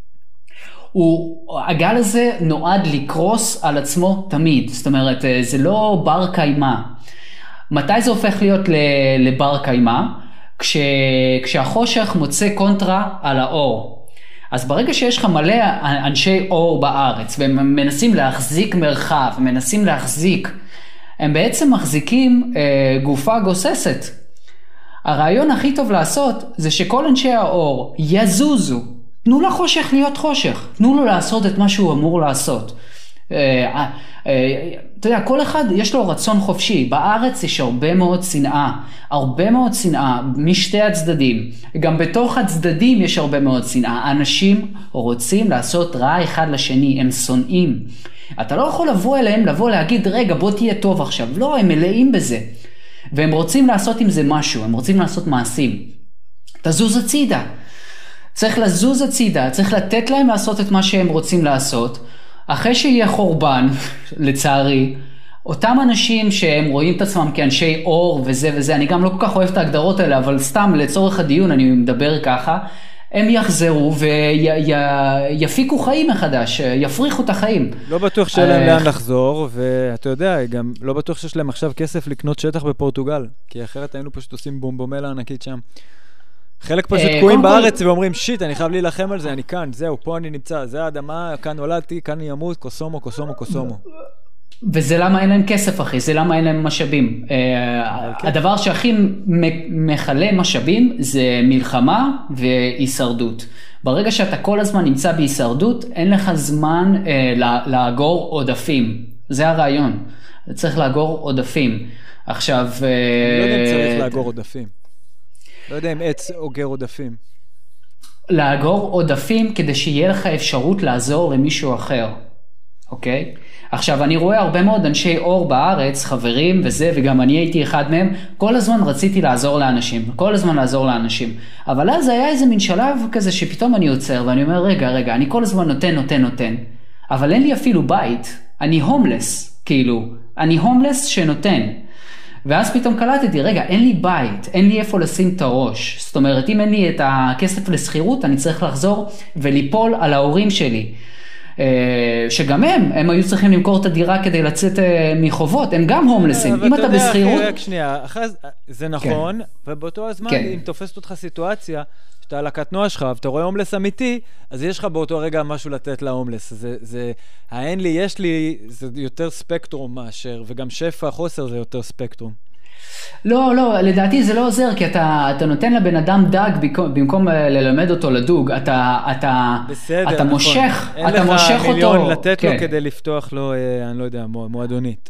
הוא, הגל הזה נועד לקרוס על עצמו תמיד. זאת אומרת, זה לא בר קיימה. מתי זה הופך להיות לבר קיימה? כש, כשהחושך מוצא קונטרה על האור. אז ברגע שיש לך מלא אנשי אור בארץ, והם מנסים להחזיק מרחב, מנסים להחזיק, הם בעצם מחזיקים אה, גופה גוססת. הרעיון הכי טוב לעשות, זה שכל אנשי האור יזוזו. תנו לחושך להיות חושך. תנו לו לעשות את מה שהוא אמור לעשות. אה, אה, אתה יודע, כל אחד יש לו רצון חופשי. בארץ יש הרבה מאוד שנאה. הרבה מאוד שנאה משתי הצדדים. גם בתוך הצדדים יש הרבה מאוד שנאה. אנשים רוצים לעשות רע אחד לשני. הם שונאים. אתה לא יכול לבוא אליהם, לבוא להגיד, רגע, בוא תהיה טוב עכשיו. לא, הם מלאים בזה. והם רוצים לעשות עם זה משהו. הם רוצים לעשות מעשים. תזוז הצידה. צריך לזוז הצידה. צריך לתת להם לעשות את מה שהם רוצים לעשות. אחרי שיהיה חורבן, לצערי, אותם אנשים שהם רואים את עצמם כאנשי אור וזה וזה, אני גם לא כל כך אוהב את ההגדרות האלה, אבל סתם לצורך הדיון אני מדבר ככה, הם יחזרו ויפיקו חיים מחדש, יפריחו את החיים. לא בטוח שאין להם לאן לחזור, ואתה יודע, גם לא בטוח שיש להם עכשיו כסף לקנות שטח בפורטוגל, כי אחרת היינו פשוט עושים בומבומלה ענקית שם. חלק פשוט תקועים בארץ ואומרים, שיט, אני חייב להילחם על זה, אני כאן, זהו, פה אני נמצא, זה האדמה, כאן נולדתי, כאן אני אמות, קוסומו, קוסומו, קוסומו. וזה למה אין להם כסף, אחי, זה למה אין להם משאבים. הדבר שהכי מכלה משאבים זה מלחמה והישרדות. ברגע שאתה כל הזמן נמצא בהישרדות, אין לך זמן לאגור עודפים. זה הרעיון. צריך לאגור עודפים. עכשיו... אני לא יודע אם צריך לאגור עודפים. לא יודע אם עץ אוגר עודפים. לאגור עודפים כדי שיהיה לך אפשרות לעזור למישהו אחר. אוקיי? עכשיו, אני רואה הרבה מאוד אנשי אור בארץ, חברים וזה, וגם אני הייתי אחד מהם, כל הזמן רציתי לעזור לאנשים, כל הזמן לעזור לאנשים. אבל אז היה איזה מין שלב כזה שפתאום אני עוצר, ואני אומר, רגע, רגע, אני כל הזמן נותן, נותן, נותן. אבל אין לי אפילו בית, אני הומלס, כאילו, אני הומלס שנותן. ואז פתאום קלטתי, רגע, אין לי בית, אין לי איפה לשים את הראש. זאת אומרת, אם אין לי את הכסף לסחירות, אני צריך לחזור וליפול על ההורים שלי. שגם הם, הם היו צריכים למכור את הדירה כדי לצאת מחובות, הם גם הומלסים. אם אתה בסחירות... רק שנייה, זה נכון, ובאותו הזמן, אם תופסת אותך סיטואציה, שאתה על הקטנוע שלך, ואתה רואה הומלס אמיתי, אז יש לך באותו רגע משהו לתת להומלס. זה, האין לי, יש לי, זה יותר ספקטרום מאשר, וגם שפע, חוסר זה יותר ספקטרום. לא, לא, לדעתי זה לא עוזר, כי אתה, אתה נותן לבן אדם דג במקום ללמד אותו לדוג, אתה, אתה, בסדר, אתה נכון. מושך, אין אתה לך מושך מיליון אותו, לתת כן. לו כדי לפתוח לו, אני לא יודע, מועדונית.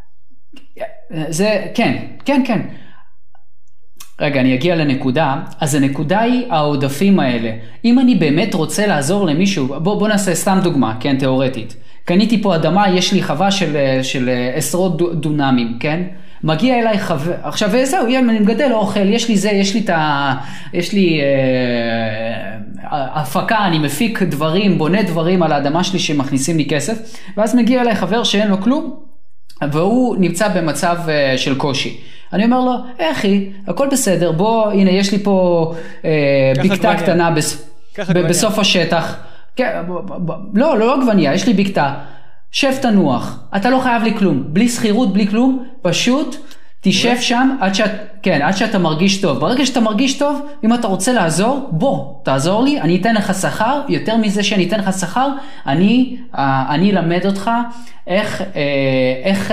זה, כן, כן, כן. רגע, אני אגיע לנקודה. אז הנקודה היא העודפים האלה. אם אני באמת רוצה לעזור למישהו, בוא, בוא נעשה סתם דוגמה, כן, תיאורטית. קניתי פה אדמה, יש לי חווה של, של עשרות דונמים, כן? מגיע אליי חווה, עכשיו זהו, אני מגדל אוכל, יש לי זה, יש לי את ה... יש לי אה, הפקה, אני מפיק דברים, בונה דברים על האדמה שלי שמכניסים לי כסף, ואז מגיע אליי חבר שאין לו כלום, והוא נמצא במצב אה, של קושי. אני אומר לו, אחי, הכל בסדר, בוא, הנה, יש לי פה אה, בקתה קטנה בס... ב- בסוף השטח. כן, לא, לא גווניה, יש לי בקתה. שב תנוח, אתה לא חייב לי כלום, בלי סחירות, בלי כלום, פשוט תשב שם עד, שאת, כן, עד שאתה מרגיש טוב. ברגע שאתה מרגיש טוב, אם אתה רוצה לעזור, בוא, תעזור לי, אני אתן לך שכר, יותר מזה שאני אתן לך שכר, אני, אני אלמד אותך איך, איך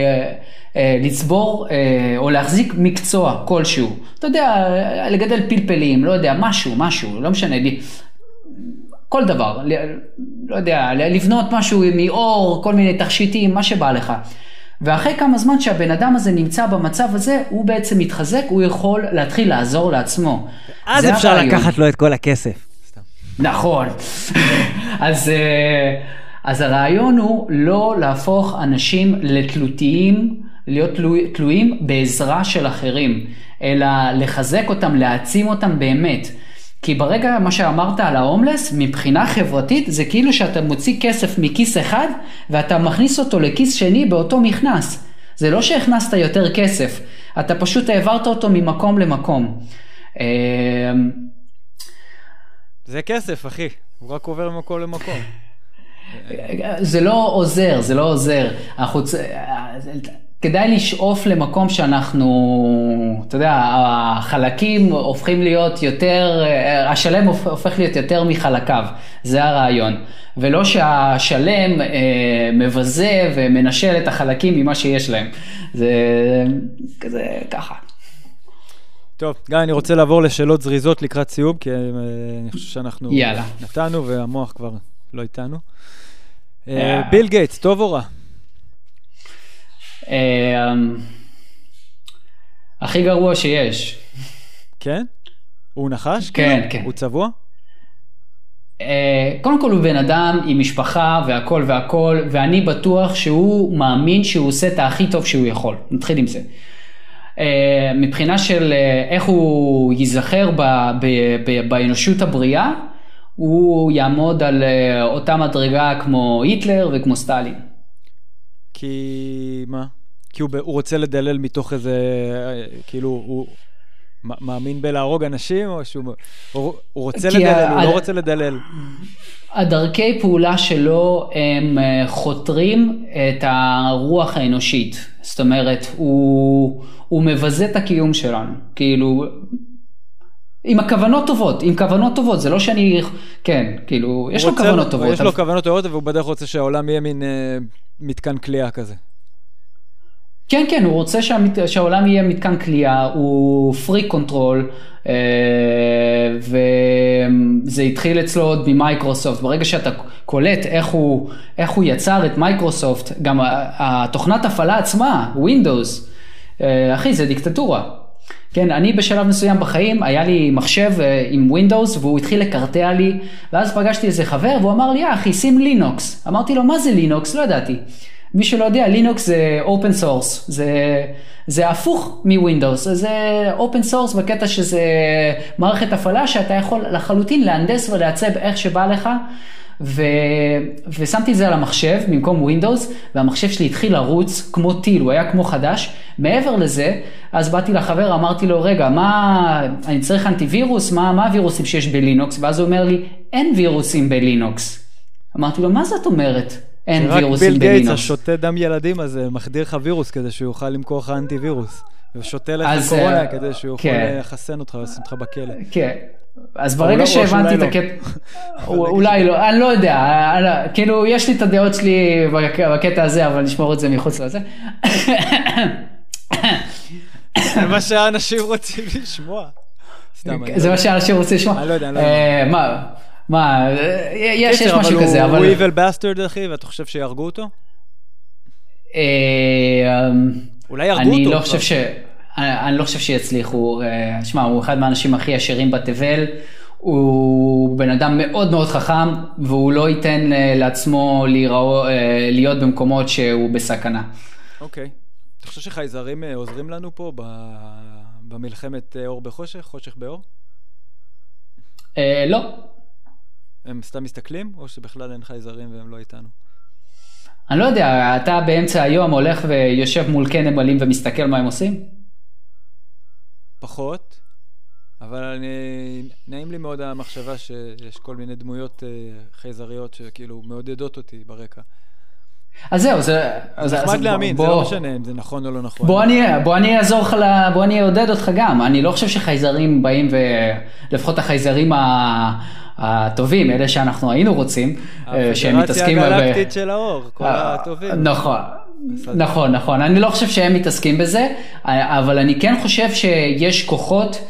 לצבור או להחזיק מקצוע כלשהו. אתה יודע, לגדל פלפלים, לא יודע, משהו, משהו, לא משנה לי. כל דבר, לא יודע, לבנות משהו מאור, כל מיני תכשיטים, מה שבא לך. ואחרי כמה זמן שהבן אדם הזה נמצא במצב הזה, הוא בעצם מתחזק, הוא יכול להתחיל לעזור לעצמו. אז אפשר הרעיון. לקחת לו את כל הכסף. נכון. אז, אז הרעיון הוא לא להפוך אנשים לתלותיים, להיות תלויים בעזרה של אחרים, אלא לחזק אותם, להעצים אותם באמת. כי ברגע מה שאמרת על ההומלס, מבחינה חברתית, זה כאילו שאתה מוציא כסף מכיס אחד, ואתה מכניס אותו לכיס שני באותו מכנס. זה לא שהכנסת יותר כסף, אתה פשוט העברת אותו ממקום למקום. זה כסף, אחי. הוא רק עובר ממקום למקום. זה לא עוזר, זה לא עוזר. אנחנו... כדאי לשאוף למקום שאנחנו, אתה יודע, החלקים הופכים להיות יותר, השלם הופך להיות יותר מחלקיו, זה הרעיון. ולא שהשלם אה, מבזה ומנשל את החלקים ממה שיש להם. זה כזה ככה. טוב, גיא, אני רוצה לעבור לשאלות זריזות לקראת סיום, כי אני חושב שאנחנו יאללה. נתנו והמוח כבר לא איתנו. אה, ביל גייטס, טוב או רע? הכי גרוע שיש. כן? הוא נחש? כן, כן. הוא צבוע? קודם כל הוא בן אדם עם משפחה והכל והכל, ואני בטוח שהוא מאמין שהוא עושה את הכי טוב שהוא יכול. נתחיל עם זה. מבחינה של איך הוא ייזכר באנושות הבריאה, הוא יעמוד על אותה מדרגה כמו היטלר וכמו סטלין. כי מה? כי הוא, הוא רוצה לדלל מתוך איזה, כאילו, הוא מאמין בלהרוג אנשים, או שהוא הוא, הוא רוצה לדלל, ה... הוא לא רוצה לדלל. הדרכי פעולה שלו הם חותרים את הרוח האנושית. זאת אומרת, הוא, הוא מבזה את הקיום שלנו. כאילו, עם הכוונות טובות, עם כוונות טובות, זה לא שאני, כן, כאילו, יש לו כוונות טובות. יש לו כוונות טובות, והוא בדרך רוצה שהעולם יהיה מין מתקן כלייה כזה. כן, כן, הוא רוצה שהעולם יהיה מתקן כלייה, הוא פרי קונטרול, וזה התחיל אצלו עוד ממייקרוסופט. ברגע שאתה קולט איך הוא, איך הוא יצר את מייקרוסופט, גם התוכנת הפעלה עצמה, Windows, אחי, זה דיקטטורה. כן, אני בשלב מסוים בחיים, היה לי מחשב עם Windows, והוא התחיל לקרטע לי, ואז פגשתי איזה חבר, והוא אמר לי, אה, אחי, שים לינוקס. אמרתי לו, מה זה לינוקס? לא ידעתי. מי שלא יודע, לינוקס זה open source, זה, זה הפוך מווינדוס, זה open source בקטע שזה מערכת הפעלה שאתה יכול לחלוטין להנדס ולעצב איך שבא לך, ו... ושמתי את זה על המחשב במקום ווינדוס, והמחשב שלי התחיל לרוץ כמו טיל, הוא היה כמו חדש. מעבר לזה, אז באתי לחבר, אמרתי לו, רגע, מה, אני צריך אנטיווירוס, מה, מה הווירוסים שיש בלינוקס? ואז הוא אומר לי, אין וירוסים בלינוקס. אמרתי לו, מה זאת אומרת? אין וירוסים בלינוקס. רק ביל גייטס, השותה דם ילדים הזה, מחדיר לך וירוס כדי שהוא יוכל למכור לך אנטיווירוס. ושותה לך קורונה כדי שהוא יוכל לחסן אותך, לשים אותך בכלא. כן. אז ברגע שהבנתי את הקטע, אולי לא, אני לא יודע, כאילו יש לי את הדעות שלי בקטע הזה, אבל נשמור את זה מחוץ לזה. זה מה שהאנשים רוצים לשמוע. זה מה שהאנשים רוצים לשמוע. אני לא יודע, אני לא יודע. מה, מה, יש משהו כזה, אבל... הוא evil bastard, אחי, ואתה חושב שיהרגו אותו? אולי יהרגו אותו. אני לא חושב ש... אני לא חושב שיצליחו, שמע, הוא אחד מהאנשים הכי עשירים בתבל, הוא בן אדם מאוד מאוד חכם, והוא לא ייתן לעצמו להיות במקומות שהוא בסכנה. אוקיי. אתה חושב שחייזרים עוזרים לנו פה במלחמת אור בחושך, חושך באור? לא. הם סתם מסתכלים, או שבכלל אין חייזרים והם לא איתנו? אני לא יודע, אתה באמצע היום הולך ויושב מול קנמלים ומסתכל מה הם עושים? פחות, אבל אני, נעים לי מאוד המחשבה שיש כל מיני דמויות חייזריות שכאילו מעודדות אותי ברקע. אז זהו, זה... זה נחמד להאמין, זה לא משנה אם זה נכון או לא נכון. בוא אני, בוא אני אעזור לך, בוא אני אעודד אותך גם. אני לא חושב שחייזרים באים, ולפחות החייזרים הטובים, אלה שאנחנו היינו רוצים, שהם מתעסקים... הפדרציה הגלקטית של האור, כל הטובים. נכון. נכון, נכון. אני לא חושב שהם מתעסקים בזה, אבל אני כן חושב שיש כוחות,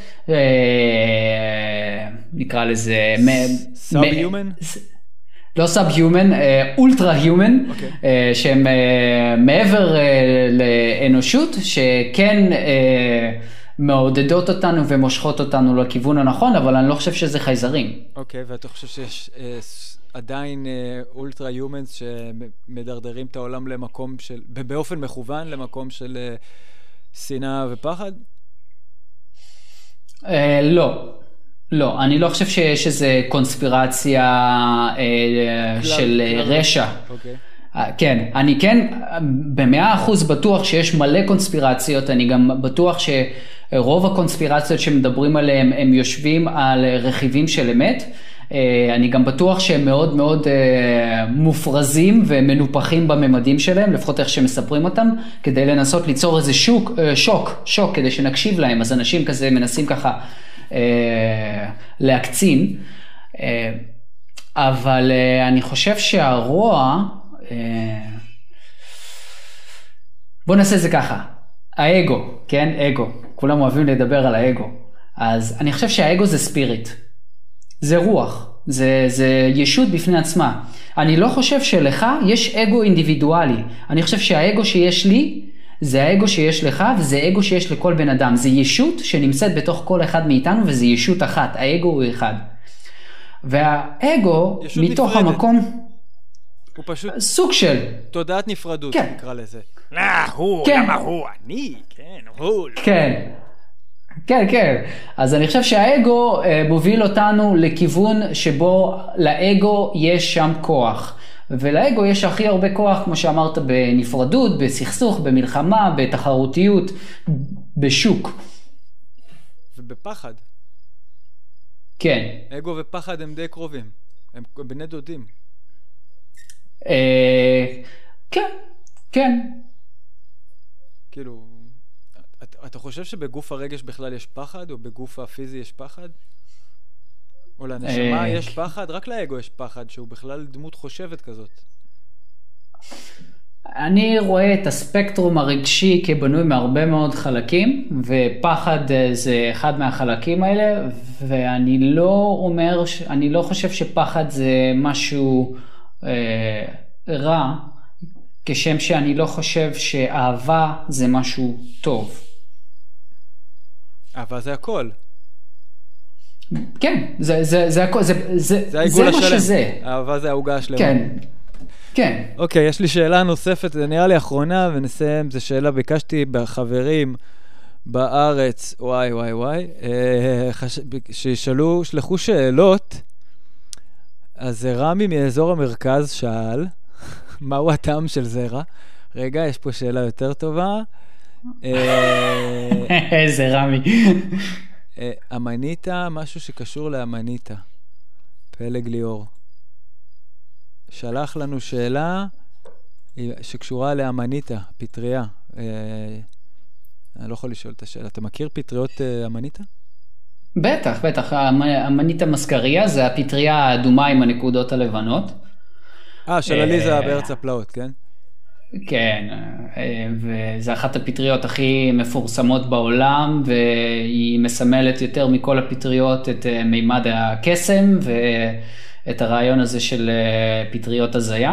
נקרא לזה... Subhuman? לא Subhuman, Ultra-Human, שהם מעבר לאנושות, שכן מעודדות אותנו ומושכות אותנו לכיוון הנכון, אבל אני לא חושב שזה חייזרים. אוקיי, ואתה חושב שיש... עדיין אולטרה יומנס שמדרדרים את העולם למקום של, באופן מכוון למקום של שנאה ופחד? לא, לא. אני לא חושב שיש איזה קונספירציה של רשע. כן, אני כן במאה אחוז בטוח שיש מלא קונספירציות, אני גם בטוח שרוב הקונספירציות שמדברים עליהם הם יושבים על רכיבים של אמת, אני גם בטוח שהם מאוד מאוד מופרזים ומנופחים בממדים שלהם, לפחות איך שמספרים אותם, כדי לנסות ליצור איזה שוק, שוק, שוק, כדי שנקשיב להם. אז אנשים כזה מנסים ככה להקצין, אבל אני חושב שהרוע, בוא נעשה את זה ככה, האגו, כן, אגו, כולם אוהבים לדבר על האגו, אז אני חושב שהאגו זה ספיריט, זה רוח, זה, זה ישות בפני עצמה. אני לא חושב שלך יש אגו אינדיבידואלי, אני חושב שהאגו שיש לי, זה האגו שיש לך, וזה אגו שיש לכל בן אדם, זה ישות שנמצאת בתוך כל אחד מאיתנו, וזה ישות אחת, האגו הוא אחד. והאגו מתוך נפרדת. המקום, הוא פשוט סוג של תודעת נפרדות, כן. נקרא לזה. לא, הוא, כן. למה הוא, אני, כן, הוא. כן. כן, כן. אז אני חושב שהאגו מוביל אותנו לכיוון שבו לאגו יש שם כוח. ולאגו יש הכי הרבה כוח, כמו שאמרת, בנפרדות, בסכסוך, במלחמה, בתחרותיות, בשוק. ובפחד. כן. אגו ופחד הם די קרובים. הם בני דודים. אה, כן, כן. כאילו... אתה, אתה חושב שבגוף הרגש בכלל יש פחד, או בגוף הפיזי יש פחד? או לנשמה יש פחד? רק לאגו יש פחד, שהוא בכלל דמות חושבת כזאת. אני רואה את הספקטרום הרגשי כבנוי מהרבה מאוד חלקים, ופחד זה אחד מהחלקים האלה, ואני לא אומר, אני לא חושב שפחד זה משהו אה, רע, כשם שאני לא חושב שאהבה זה משהו טוב. אהבה זה הכל. כן, זה, זה, זה הכל, זה, זה, זה העיגול השלם. מה שזה. אהבה זה העוגה השלמה. כן. כן. אוקיי, יש לי שאלה נוספת, זה נראה לי אחרונה, ונסיים, זו שאלה, ביקשתי בחברים בארץ, וואי וואי וואי, חש... שישאלו, שלחו שאלות, אז רמי מאזור המרכז שאל, מהו הטעם של זרע? רגע, יש פה שאלה יותר טובה. איזה רמי. אמניטה, משהו שקשור לאמניטה. פלג ליאור. שלח לנו שאלה שקשורה לאמניטה, פטריה. אני לא יכול לשאול את השאלה. אתה מכיר פטריות אמניטה? בטח, בטח. אמניטה מסקריה זה הפטריה האדומה עם הנקודות הלבנות. אה, של עליזה בארץ הפלאות, כן? כן, וזה אחת הפטריות הכי מפורסמות בעולם, והיא מסמלת יותר מכל הפטריות את מימד הקסם, ואת הרעיון הזה של פטריות הזיה.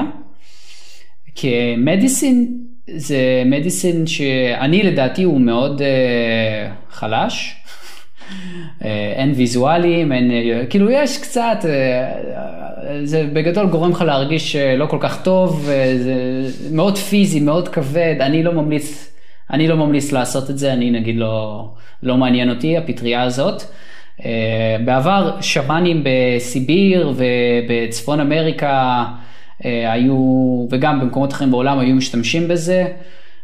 כמדיסין, זה מדיסין שאני לדעתי הוא מאוד חלש, אין ויזואלים, אין, כאילו יש קצת, זה בגדול גורם לך להרגיש לא כל כך טוב, זה מאוד פיזי, מאוד כבד, אני לא ממליץ, אני לא ממליץ לעשות את זה, אני נגיד לא, לא מעניין אותי, הפטריה הזאת. בעבר שמנים בסיביר ובצפון אמריקה היו, וגם במקומות אחרים בעולם היו משתמשים בזה,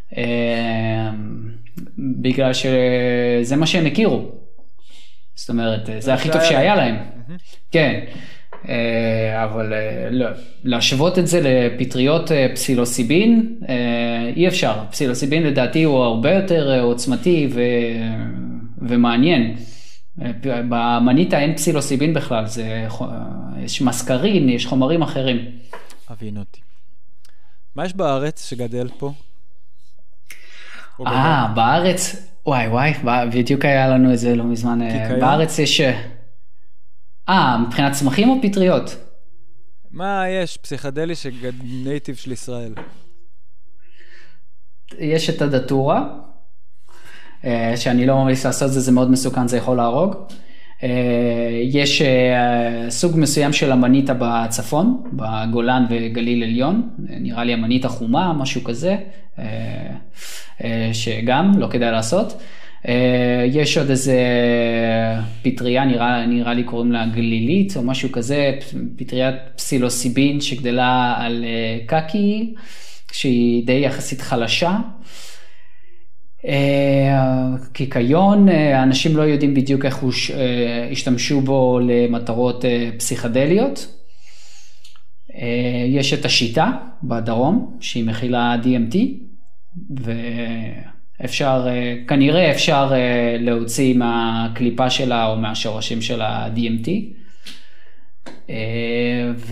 בגלל שזה מה שהם הכירו. זאת אומרת, זה הכי טוב שהיה להם. כן, אבל להשוות את זה לפטריות פסילוסיבין, אי אפשר. פסילוסיבין לדעתי הוא הרבה יותר עוצמתי ומעניין. באמניטה אין פסילוסיבין בכלל, יש מסקרין, יש חומרים אחרים. הבינותי. מה יש בארץ שגדל פה? אה, בארץ... וואי וואי, בדיוק היה לנו את זה לא מזמן. בארץ יש... אה, מבחינת צמחים או פטריות? מה יש פסיכדלי שנייטיב של ישראל? יש את הדטורה, שאני לא ממליץ לעשות זה, זה מאוד מסוכן, זה יכול להרוג. יש סוג מסוים של אמניטה בצפון, בגולן וגליל עליון, נראה לי אמניטה חומה, משהו כזה, שגם לא כדאי לעשות. יש עוד איזה פטריה, נראה, נראה לי קוראים לה גלילית או משהו כזה, פטריית פסילוסיבין שגדלה על קקי, שהיא די יחסית חלשה. קיקיון, אנשים לא יודעים בדיוק איך הוא השתמשו בו למטרות פסיכדליות. יש את השיטה בדרום, שהיא מכילה די אם טי, ואפשר, כנראה אפשר להוציא מהקליפה שלה או מהשורשים של ה-די אם טי. ו...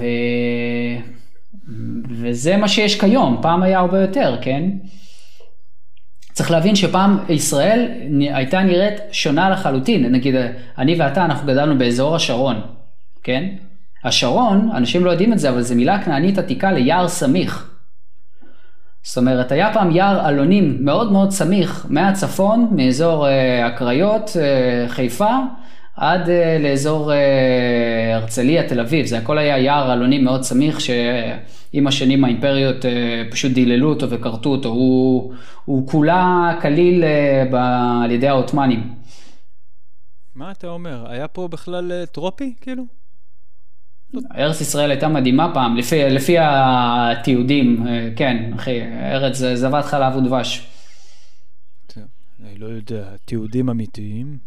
וזה מה שיש כיום, פעם היה הרבה יותר, כן? צריך להבין שפעם ישראל הייתה נראית שונה לחלוטין. נגיד, אני ואתה, אנחנו גדלנו באזור השרון, כן? השרון, אנשים לא יודעים את זה, אבל זה מילה כנענית עתיקה ליער סמיך. זאת אומרת, היה פעם יער אלונים מאוד מאוד סמיך, מהצפון, מאזור uh, הקריות, uh, חיפה, עד uh, לאזור uh, הרצליה, תל אביב. זה הכל היה יער אלונים מאוד סמיך, שעם השנים האימפריות uh, פשוט דיללו אותו וקרטו אותו. הוא, הוא כולה כליל uh, ב- על ידי העות'מאנים. מה אתה אומר? היה פה בכלל uh, טרופי, כאילו? ארץ ישראל הייתה מדהימה פעם, לפי, לפי התיעודים, כן, אחי, ארץ זבת חלב ודבש. אני לא יודע, תיעודים אמיתיים?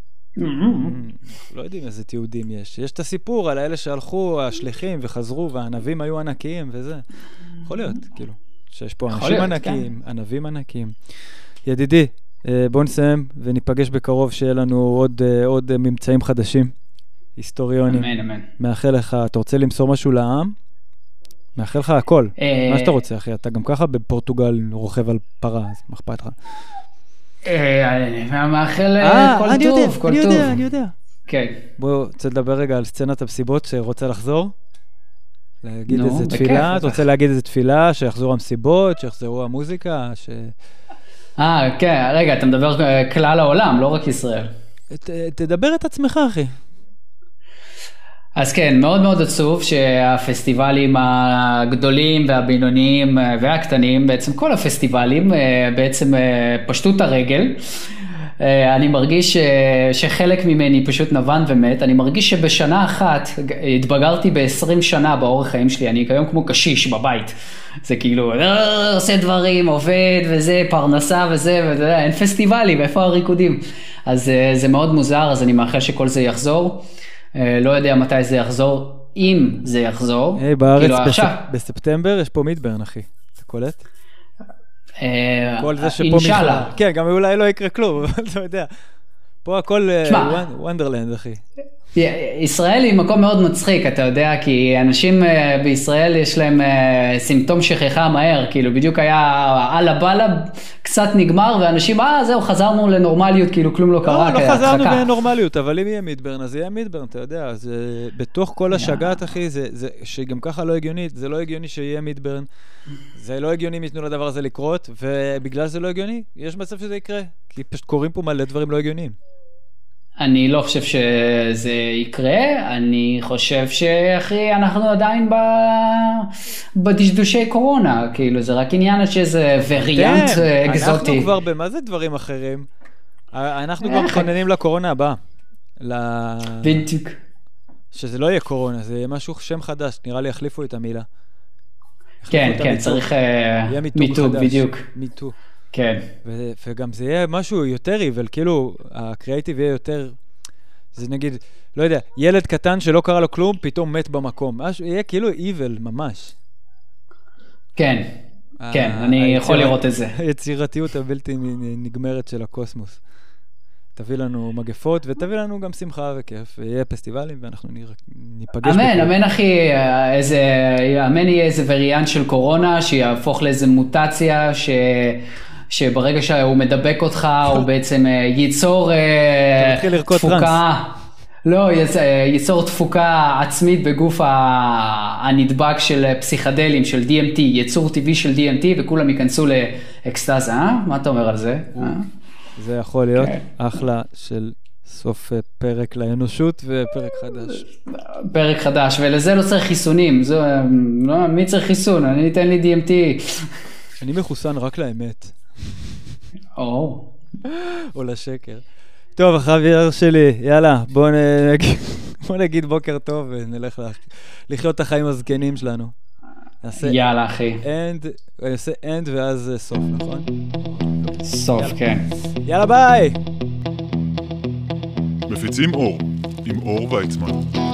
לא יודעים איזה תיעודים יש. יש את הסיפור על האלה שהלכו, השליחים וחזרו, והענבים היו ענקיים וזה. יכול להיות, כאילו, שיש פה אנשים ענקיים, ענבים ענקיים. ידידי, בואו נסיים וניפגש בקרוב שיהיה לנו עוד, עוד ממצאים חדשים, היסטוריונים. אמן, אמן. מאחל לך, אתה רוצה למסור משהו לעם? מאחל לך הכל, מה שאתה רוצה, אחי. אתה גם ככה בפורטוגל רוכב על פרה, אז מה אכפת לך? מאחל כל טוב, כל טוב. אני יודע, אני יודע. כן. בואו, רוצה לדבר רגע על סצנת המסיבות שרוצה לחזור? להגיד איזה תפילה? אתה רוצה להגיד איזה תפילה, שיחזור המסיבות, שיחזרו המוזיקה, ש... אה, כן, רגע, אתה מדבר כלל העולם, לא רק ישראל. תדבר את עצמך, אחי. אז כן, מאוד מאוד עצוב שהפסטיבלים הגדולים והבינוניים והקטנים, בעצם כל הפסטיבלים בעצם פשטו את הרגל. אני מרגיש שחלק ממני פשוט נבן ומת. אני מרגיש שבשנה אחת התבגרתי ב-עשרים שנה באורח חיים שלי. אני כיום כמו קשיש בבית. זה כאילו, עושה דברים, עובד וזה, פרנסה וזה, וזה, אין פסטיבלים, איפה הריקודים? אז זה מאוד מוזר, אז אני מאחל שכל זה יחזור. לא יודע מתי זה יחזור, אם זה יחזור. היי, בארץ בספטמבר יש פה מידברן, אחי. אתה קולט? כל זה שפה אינשאללה. כן, גם אולי לא יקרה כלום, אבל אתה יודע. פה הכל וונדרלנד, אחי. ישראל היא מקום מאוד מצחיק, אתה יודע, כי אנשים בישראל יש להם סימפטום שכחה מהר, כאילו בדיוק היה על הבאללה, קצת נגמר, ואנשים, אה, זהו, חזרנו לנורמליות, כאילו כלום לא קרה. לא, לא חזרנו לנורמליות, אבל אם יהיה מידברן, אז יהיה מידברן, אתה יודע, זה בתוך כל השגעת, אחי, זה שגם ככה לא הגיונית, זה לא הגיוני שיהיה מידברן, זה לא הגיוני מתנו לדבר הזה לקרות, ובגלל זה לא הגיוני, יש מצב שזה יקרה, כי פשוט קוראים פה מלא דברים לא הגיוניים. אני לא חושב שזה יקרה, אני חושב שאחי, אנחנו עדיין ב... בדשדושי קורונה, כאילו זה רק עניין שזה וריאנט אקזוטי. אנחנו כבר במה זה דברים אחרים? אנחנו כבר מתכוננים לקורונה הבאה. בדיוק. שזה לא יהיה קורונה, זה יהיה משהו שם חדש, נראה לי יחליפו את המילה. כן, כן, צריך מיתוג, בדיוק. מיתוג. כן. ו- וגם זה יהיה משהו יותר איבל, כאילו, הקריאיטיב יהיה יותר, זה נגיד, לא יודע, ילד קטן שלא קרה לו כלום, פתאום מת במקום. משהו, יהיה כאילו איבל, ממש. כן, ה- כן, ה- אני היציר... יכול לראות את זה. היצירתיות הבלתי נגמרת של הקוסמוס. תביא לנו מגפות, ותביא לנו גם שמחה וכיף, ויהיה פסטיבלים, ואנחנו ניפגש. אמן, אמן אחי, איזה, אמן יהיה איזה וריאנט של קורונה, שיהפוך לאיזה מוטציה, ש... שברגע שהוא מדבק אותך, הוא בעצם ייצור תפוקה, לא, ייצור תפוקה עצמית בגוף הנדבק של פסיכדלים, של די אם טי, ייצור טבעי של די אם טי, וכולם ייכנסו לאקסטאזה, אה? מה אתה אומר על זה? זה יכול להיות אחלה של סוף פרק לאנושות ופרק חדש. פרק חדש, ולזה לא צריך חיסונים, מי צריך חיסון? אני אתן לי די אם טי. אני מחוסן רק לאמת. או. או לשקר. טוב, החבר שלי, יאללה, בוא נגיד, בוא נגיד בוקר טוב ונלך לחיות את החיים הזקנים שלנו. יאללה, אחי. end, אני אעשה end ואז סוף, נכון? סוף, כן. יאללה, ביי! מפיצים אור, עם אור ויצמן.